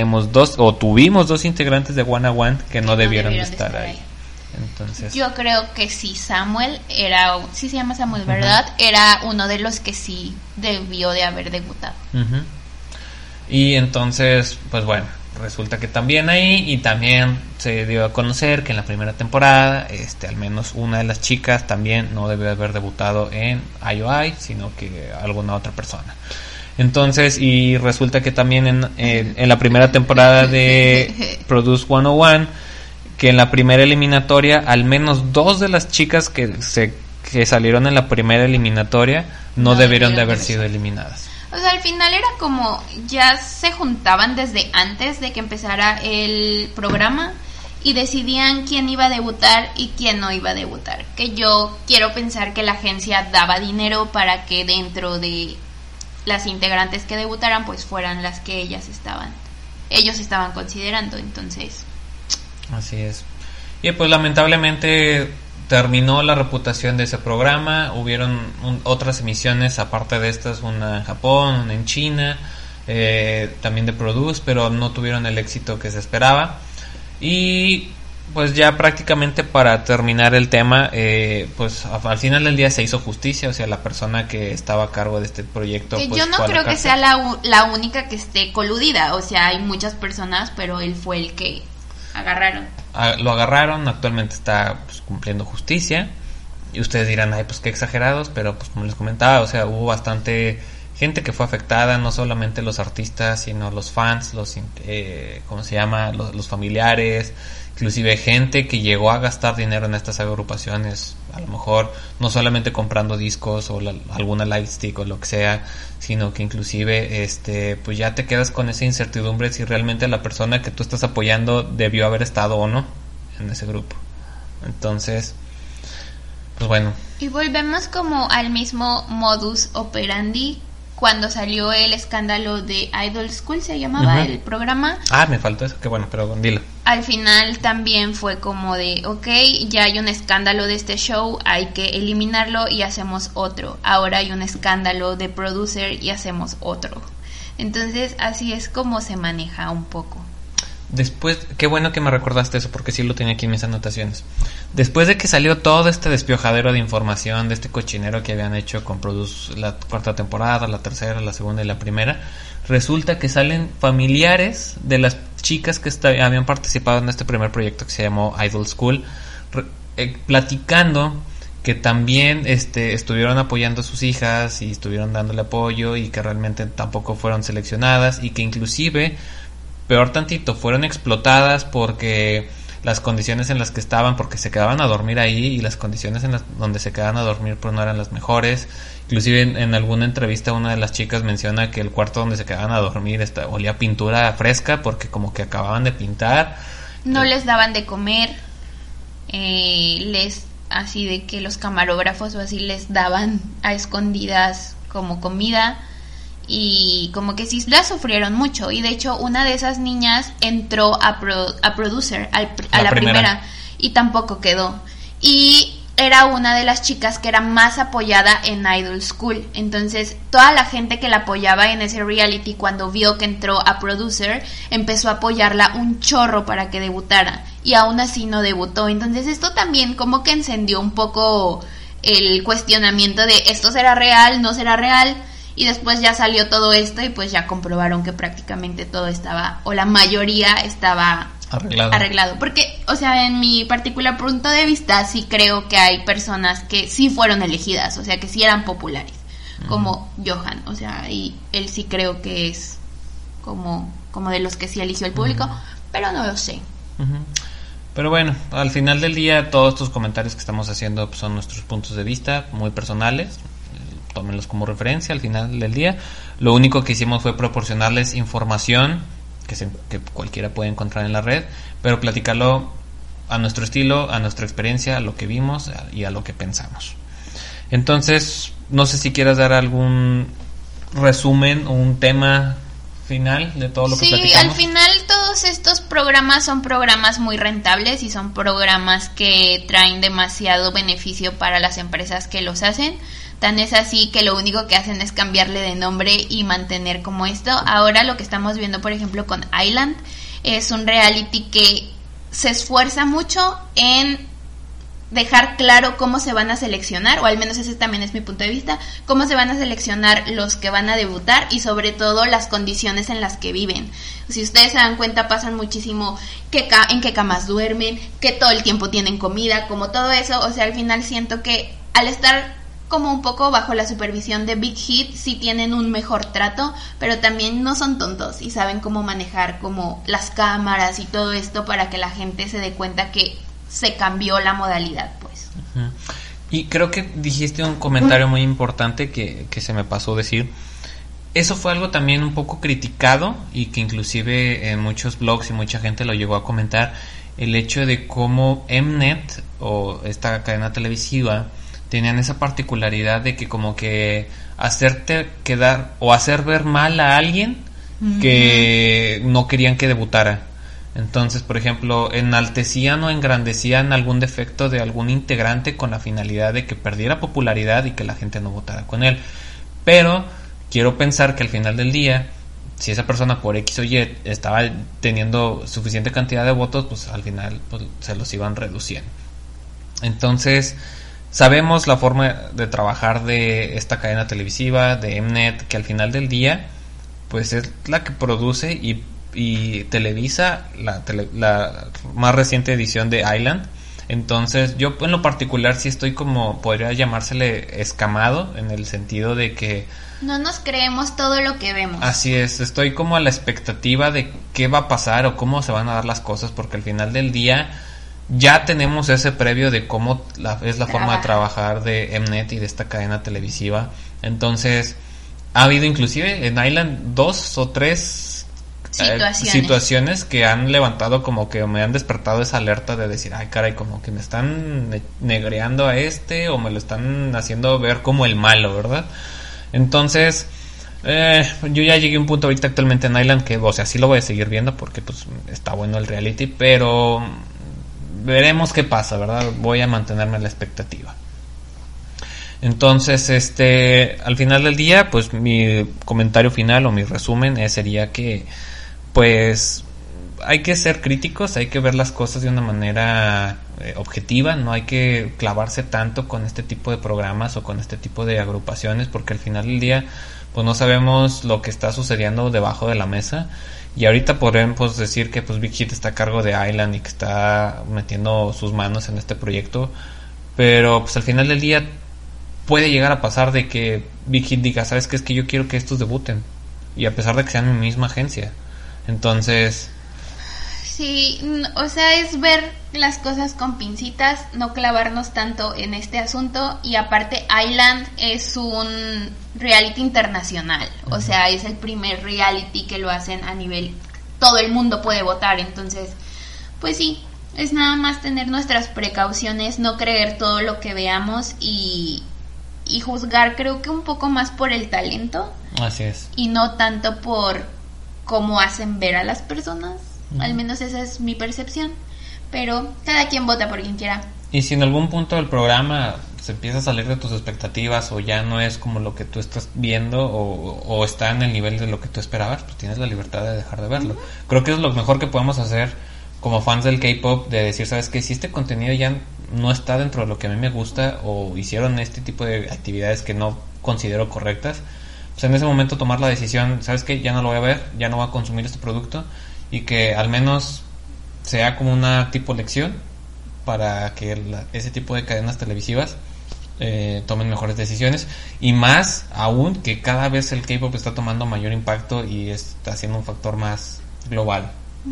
tuvimos 2 integrantes de Wanna One que no debieron de estar ahí. Entonces, yo creo que sí, Samuel sí se llama Samuel, ¿verdad? Era uno de los que sí debió de haber debutado. uh-huh. Y entonces, pues bueno, resulta que también ahí y también se dio a conocer que en la primera temporada al menos una de las chicas también no debió haber debutado en IOI, sino que alguna otra persona. Entonces, y resulta que también en la primera temporada de Produce 101, que en la primera eliminatoria al menos 2 de las chicas que salieron en la primera eliminatoria no debieron de haber sido eliminadas. O sea, al final era como ya se juntaban desde antes de que empezara el programa y decidían quién iba a debutar y quién no iba a debutar. Que yo quiero pensar que la agencia daba dinero para que dentro de las integrantes que debutaran pues fueran las que ellos estaban considerando. Entonces, así es. Y pues lamentablemente terminó la reputación de ese programa. Hubieron otras emisiones aparte de estas, una en Japón, una en China, también de Produce, pero no tuvieron el éxito que se esperaba. Y pues ya prácticamente para terminar el tema, pues al final del día se hizo justicia. O sea, la persona que estaba a cargo de este proyecto que pues, yo no fue a la creo que cárcel. sea la única que esté coludida. O sea, hay muchas personas, pero él fue el que agarraron. Lo agarraron, actualmente está pues, cumpliendo justicia. Y ustedes dirán, ay, pues qué exagerados, pero pues como les comentaba, o sea, hubo bastante gente que fue afectada, no solamente los artistas, sino los fans, ¿cómo se llama? Los familiares, inclusive gente que llegó a gastar dinero en estas agrupaciones, a lo mejor no solamente comprando discos o alguna lightstick o lo que sea, sino que inclusive pues ya te quedas con esa incertidumbre si realmente la persona que tú estás apoyando debió haber estado o no en ese grupo. Entonces pues bueno. Y volvemos como al mismo modus operandi cuando salió el escándalo de Idol School, se llamaba el programa. Me faltó eso, qué bueno, pero dilo. Al final también fue como de, ok, ya hay un escándalo de este show, hay que eliminarlo y hacemos otro. Ahora hay un escándalo de producer y hacemos otro. Entonces así es como se maneja un poco. Después, qué bueno que me recordaste eso, porque sí lo tenía aquí en mis anotaciones. Después de que salió todo este despiojadero de información, de este cochinero que habían hecho con Produce la 4ª temporada, la 3ª, la 2ª y la 1ª, resulta que salen familiares de las chicas que habían participado en este primer proyecto que se llamó Idol School, platicando que también estuvieron apoyando a sus hijas y estuvieron dándole apoyo y que realmente tampoco fueron seleccionadas y que inclusive, peor tantito, fueron explotadas porque las condiciones en las que estaban, porque se quedaban a dormir ahí y las condiciones donde se quedaban a dormir pues no eran las mejores. Inclusive en alguna entrevista una de las chicas menciona que el cuarto donde se quedaban a dormir olía a pintura fresca porque como que acababan de pintar. No les daban de comer, así de que los camarógrafos o así les daban a escondidas como comida. Y como que sí la sufrieron mucho. Y de hecho una de esas niñas entró a producer a la primera y tampoco quedó. Y era una de las chicas que era más apoyada en Idol School. Entonces toda la gente que la apoyaba en ese reality, cuando vio que entró a producer, empezó a apoyarla un chorro para que debutara. Y aún así no debutó. Entonces esto también como que encendió un poco el cuestionamiento de ¿esto será real? ¿No será real? Y después ya salió todo esto y pues ya comprobaron que prácticamente todo estaba, o la mayoría estaba arreglado. Porque, o sea, en mi particular punto de vista sí creo que hay personas que sí fueron elegidas, o sea, que sí eran populares, como Johan, o sea, y él sí creo que es como de los que sí eligió el público, pero no lo sé. Pero bueno, al final del día todos estos comentarios que estamos haciendo pues, son nuestros puntos de vista muy personales. Tómenlos como referencia al final del día. Lo único que hicimos fue proporcionarles información que cualquiera puede encontrar en la red, pero platicarlo a nuestro estilo, a nuestra experiencia, a lo que vimos y a lo que pensamos. Entonces, no sé si quieras dar algún resumen o un tema final de todo lo que platicamos. Sí, al final todos estos programas son programas muy rentables y son programas que traen demasiado beneficio para las empresas que los hacen. Tan es así que lo único que hacen es cambiarle de nombre y mantener como esto. Ahora lo que estamos viendo, por ejemplo, con Island, es un reality que se esfuerza mucho en dejar claro cómo se van a seleccionar, o al menos ese también es mi punto de vista, cómo se van a seleccionar los que van a debutar y sobre todo las condiciones en las que viven. Si ustedes se dan cuenta, pasan muchísimo en qué camas duermen, que todo el tiempo tienen comida, como todo eso. O sea, al final siento que al estar como un poco bajo la supervisión de Big Hit sí tienen un mejor trato, pero también no son tontos y saben cómo manejar como las cámaras y todo esto para que la gente se dé cuenta que se cambió la modalidad, pues. Y creo que dijiste un comentario muy importante que se me pasó decir. Eso fue algo también un poco criticado y que inclusive en muchos blogs y mucha gente lo llegó a comentar, el hecho de cómo Mnet o esta cadena televisiva tenían esa particularidad de que como que hacerte quedar o hacer ver mal a alguien que no querían que debutara. Entonces, por ejemplo, enaltecían o engrandecían algún defecto de algún integrante con la finalidad de que perdiera popularidad y que la gente no votara con él. Pero quiero pensar que al final del día, si esa persona por X o Y estaba teniendo suficiente cantidad de votos, pues al final pues, se los iban reduciendo. Entonces, sabemos la forma de trabajar de esta cadena televisiva, de Mnet, que al final del día, pues es la que produce y televisa la más reciente edición de Island. Entonces yo en lo particular sí estoy como, podría llamársele escamado, en el sentido de que no nos creemos todo lo que vemos. Así es, estoy como a la expectativa de qué va a pasar o cómo se van a dar las cosas, porque al final del día ya tenemos ese previo de cómo es la forma de trabajar de Mnet y de esta cadena televisiva. Entonces ha habido inclusive en Island 2 o 3 situaciones que han levantado, como que me han despertado esa alerta de decir, ay caray, como que me están negreando a o me lo están haciendo ver como el malo, ¿verdad? Entonces yo ya llegué a un punto ahorita actualmente en Island que, o sea, sí lo voy a seguir viendo porque pues está bueno el reality, pero veremos qué pasa, ¿verdad? Voy a mantenerme a la expectativa. Entonces, al final del día, pues mi comentario final o mi resumen sería que, pues, hay que ser críticos, hay que ver las cosas de una manera objetiva, no hay que clavarse tanto con este tipo de programas o con este tipo de agrupaciones, porque al final del día, pues no sabemos lo que está sucediendo debajo de la mesa. Y ahorita podemos decir que pues Big Hit está a cargo de Island y que está metiendo sus manos en este proyecto, pero pues al final del día puede llegar a pasar de que Big Hit diga, ¿sabes qué? Es que yo quiero que estos debuten, y a pesar de que sean mi misma agencia. Entonces sí, o sea, es ver las cosas con pincitas, no clavarnos tanto en este asunto. Y aparte, Island es un reality internacional, o sea, es el primer reality que lo hacen a nivel, todo el mundo puede votar. Entonces, pues sí, es nada más tener nuestras precauciones, no creer todo lo que veamos y juzgar, creo que un poco más por el talento. Así es. Y no tanto por cómo hacen ver a las personas. Al menos esa es mi percepción. Pero cada quien vota por quien quiera. Y si en algún punto del programa se empieza a salir de tus expectativas, o ya no es como lo que tú estás viendo, o está en el nivel de lo que tú esperabas, pues tienes la libertad de dejar de verlo. Creo que es lo mejor que podemos hacer como fans del K-pop, de decir, ¿sabes qué? Si este contenido ya no está dentro de lo que a mí me gusta, o hicieron este tipo de actividades que no considero correctas, pues en ese momento tomar la decisión, ¿sabes qué? Ya no lo voy a ver, ya no voy a consumir este producto, y que al menos sea como una tipo lección para que ese tipo de cadenas televisivas tomen mejores decisiones. Y más aún que cada vez el K-pop está tomando mayor impacto y está siendo un factor más global.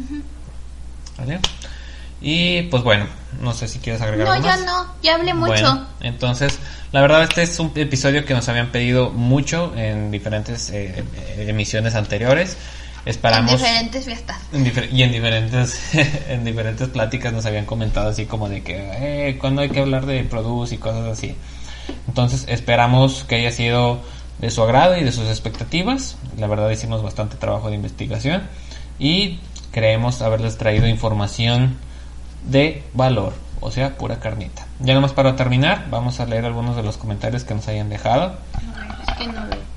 ¿Vale? Y pues bueno, no sé si quieres agregar algo más. Ya hablé mucho. Bueno, entonces, la verdad este es un episodio que nos habían pedido mucho en diferentes emisiones anteriores. Esperamos, en diferentes fiestas y en diferentes pláticas nos habían comentado así como de que cuando hay que hablar de Produce y cosas así. Entonces esperamos que haya sido de su agrado y de sus expectativas. La verdad hicimos bastante trabajo de investigación y creemos haberles traído información de valor, o sea, pura carnita. Ya nomás para terminar, vamos a leer algunos de los comentarios que nos hayan dejado. Es que no veo.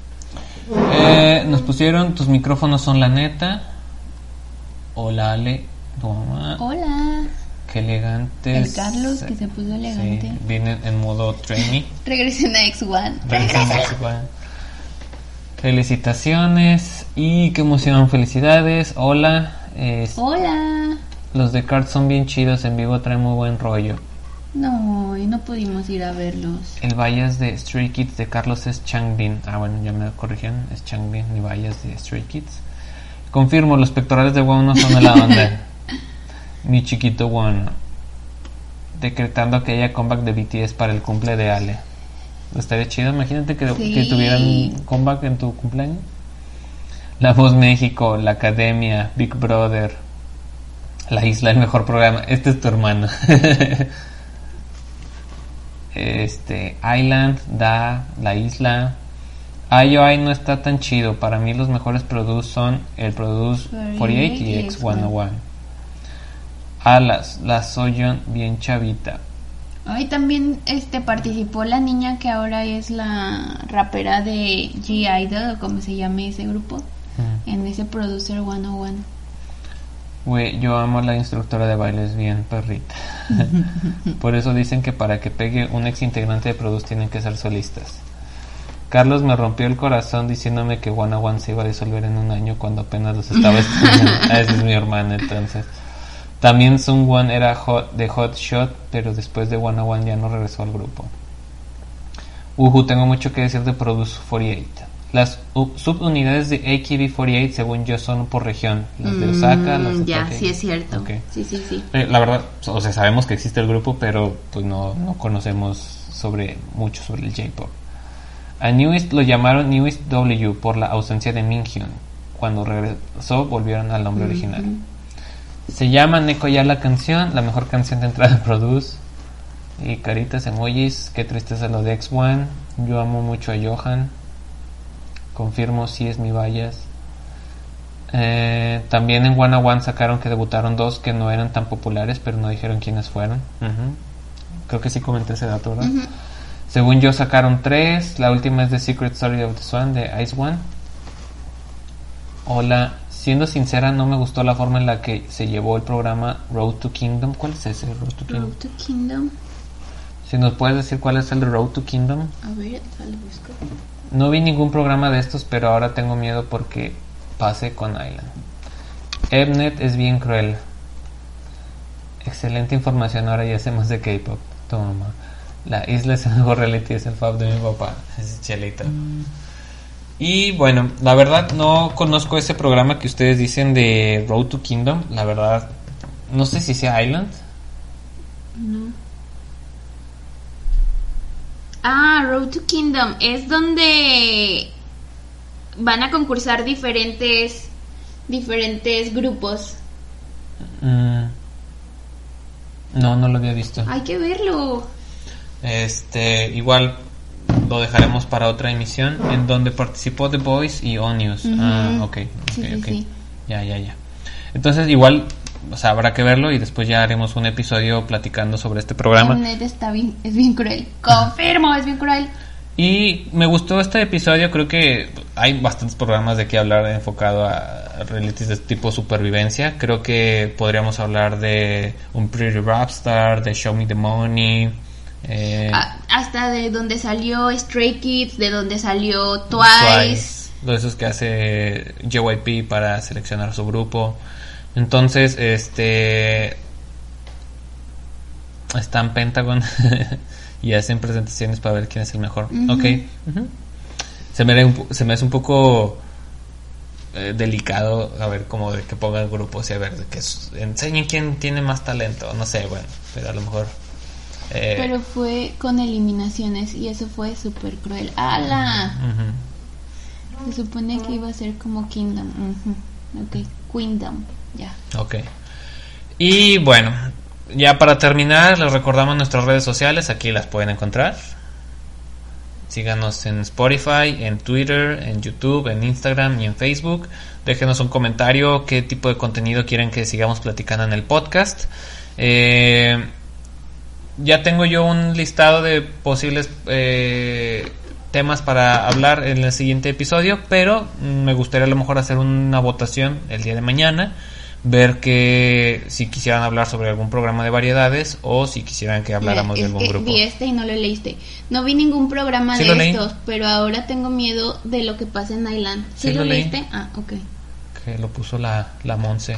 Nos pusieron, tus micrófonos son la neta. Hola Ale, tu mamá. Hola. Qué elegantes. El Carlos que se puso elegante. Sí, viene en modo trainee. Regresen a X1. Felicitaciones y qué emoción, felicidades. Hola. Hola. Los de Card son bien chidos, en vivo traen muy buen rollo. No, y no pudimos ir a verlos. El Vallas de Stray Kids de Carlos es Changbin. Bueno, ya me corrigieron, es Changbin y Vallas de Stray Kids. Confirmo, los pectorales de Won no son de la onda. Mi chiquito Won. Decretando que haya comeback de BTS para el cumple de Ale. Estaría chido, imagínate que tuvieran comeback en tu cumpleaños. La Voz México, la Academia, Big Brother, La Isla, el mejor programa. Este es tu hermano. Island, La Isla. IOI no está tan chido. Para mí los mejores Produce son el Produce 48 y X101. Alas, la Soyeon bien chavita. Ay, también participó la niña que ahora es la rapera de G-Idol, o como se llame ese grupo, en ese Producer 101. Güey, yo amo a la instructora de bailes bien perrita. Por eso dicen que para que pegue un ex integrante de Produce tienen que ser solistas. Carlos me rompió el corazón diciéndome que 101 se iba a disolver en un año cuando apenas los estaba estrenando. Ese es mi hermano, entonces. También Sungwon era de Hot Shot, pero después de 101 ya no regresó al grupo. Tengo mucho que decir de Produce 48. Las subunidades de AKB48 según yo son por región. Las de Osaka, las de ya, Tokio. sí es cierto. Okay. Sí. La verdad, o sea, sabemos que existe el grupo, pero pues no conocemos mucho sobre el J-pop. A Newest lo llamaron Newest W por la ausencia de Minhyun. cuando regresó volvieron al nombre original. Se llama Neko ya la canción, la mejor canción de entrada de Produce. Y caritas, emojis, qué tristeza lo de X1. Yo amo mucho a Johan. Confirmo, sí es mi bias. También en One One sacaron que debutaron 2 que no eran tan populares, pero no dijeron quiénes fueron. Creo que sí comenté ese dato, ¿verdad? Según yo sacaron 3. La última es The Secret Story of the Swan de Ice One. Hola, siendo sincera, no me gustó la forma en la que se llevó el programa Road to Kingdom. ¿Cuál es ese? Road to Kingdom. Si nos puedes decir cuál es el de Road to Kingdom. A ver, lo busco. No vi ningún programa de estos, pero ahora tengo miedo porque pase con Island. Mnet es bien cruel. Excelente información, ahora ya hacemos de K-pop. Toma. La isla es el mejor reality, es el fab de mi papá. Es Chelita. Y bueno, la verdad no conozco ese programa que ustedes dicen de Road to Kingdom. La verdad, no sé si sea Island. No. Road to Kingdom es donde van a concursar diferentes grupos. No lo había visto. Hay que verlo. Igual lo dejaremos para otra emisión, en donde participó The Voice y Onius. Ok. Sí. Ya. Entonces igual, o sea, habrá que verlo y después ya haremos un episodio platicando sobre este programa. Es bien cruel. Confirmo, es bien cruel. Y me gustó este episodio, creo que hay bastantes programas de qué hablar enfocado a realities de tipo supervivencia. Creo que podríamos hablar de un Pretty Rapstar, de Show Me the Money. Hasta de donde salió Stray Kids, de donde salió Twice. De esos que hace JYP para seleccionar su grupo. Entonces, están Pentagon y hacen presentaciones para ver quién es el mejor. Se me hace un poco delicado a ver como de que pongan grupos y a ver de que enseñen quién tiene más talento, no sé, bueno, pero a lo mejor pero fue con eliminaciones y eso fue súper cruel. ¡Hala! Se supone que iba a ser como Kingdom. Kingdom, ya. Ok. Y bueno, ya para terminar, les recordamos nuestras redes sociales, aquí las pueden encontrar. Síganos en Spotify, en Twitter, en YouTube, en Instagram y en Facebook. Déjenos un comentario, qué tipo de contenido quieren que sigamos platicando en el podcast. Ya tengo yo un listado de posibles temas para hablar en el siguiente episodio, pero me gustaría a lo mejor hacer una votación el día de mañana, ver que si quisieran hablar sobre algún programa de variedades o si quisieran que habláramos de algún grupo. Vi y no lo leíste. No vi ningún programa de estos, pero ahora tengo miedo de lo que pasa en Island. ¿Sí lo leíste? Ok. Que lo puso la Monse.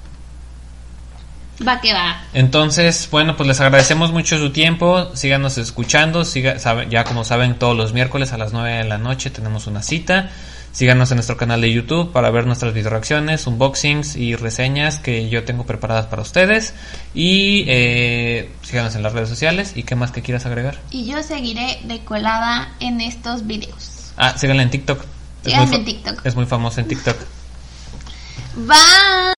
Va que va. Entonces, bueno, pues les agradecemos mucho su tiempo. Síganos escuchando. Ya como saben, todos los miércoles a las 9 de la noche tenemos una cita. Síganos en nuestro canal de YouTube para ver nuestras video reacciones, unboxings y reseñas que yo tengo preparadas para ustedes. Y síganos en las redes sociales. ¿Y qué más que quieras agregar? Y yo seguiré de colada en estos videos. Síganla en TikTok. Síganme en TikTok. Es muy famosa en TikTok. Bye.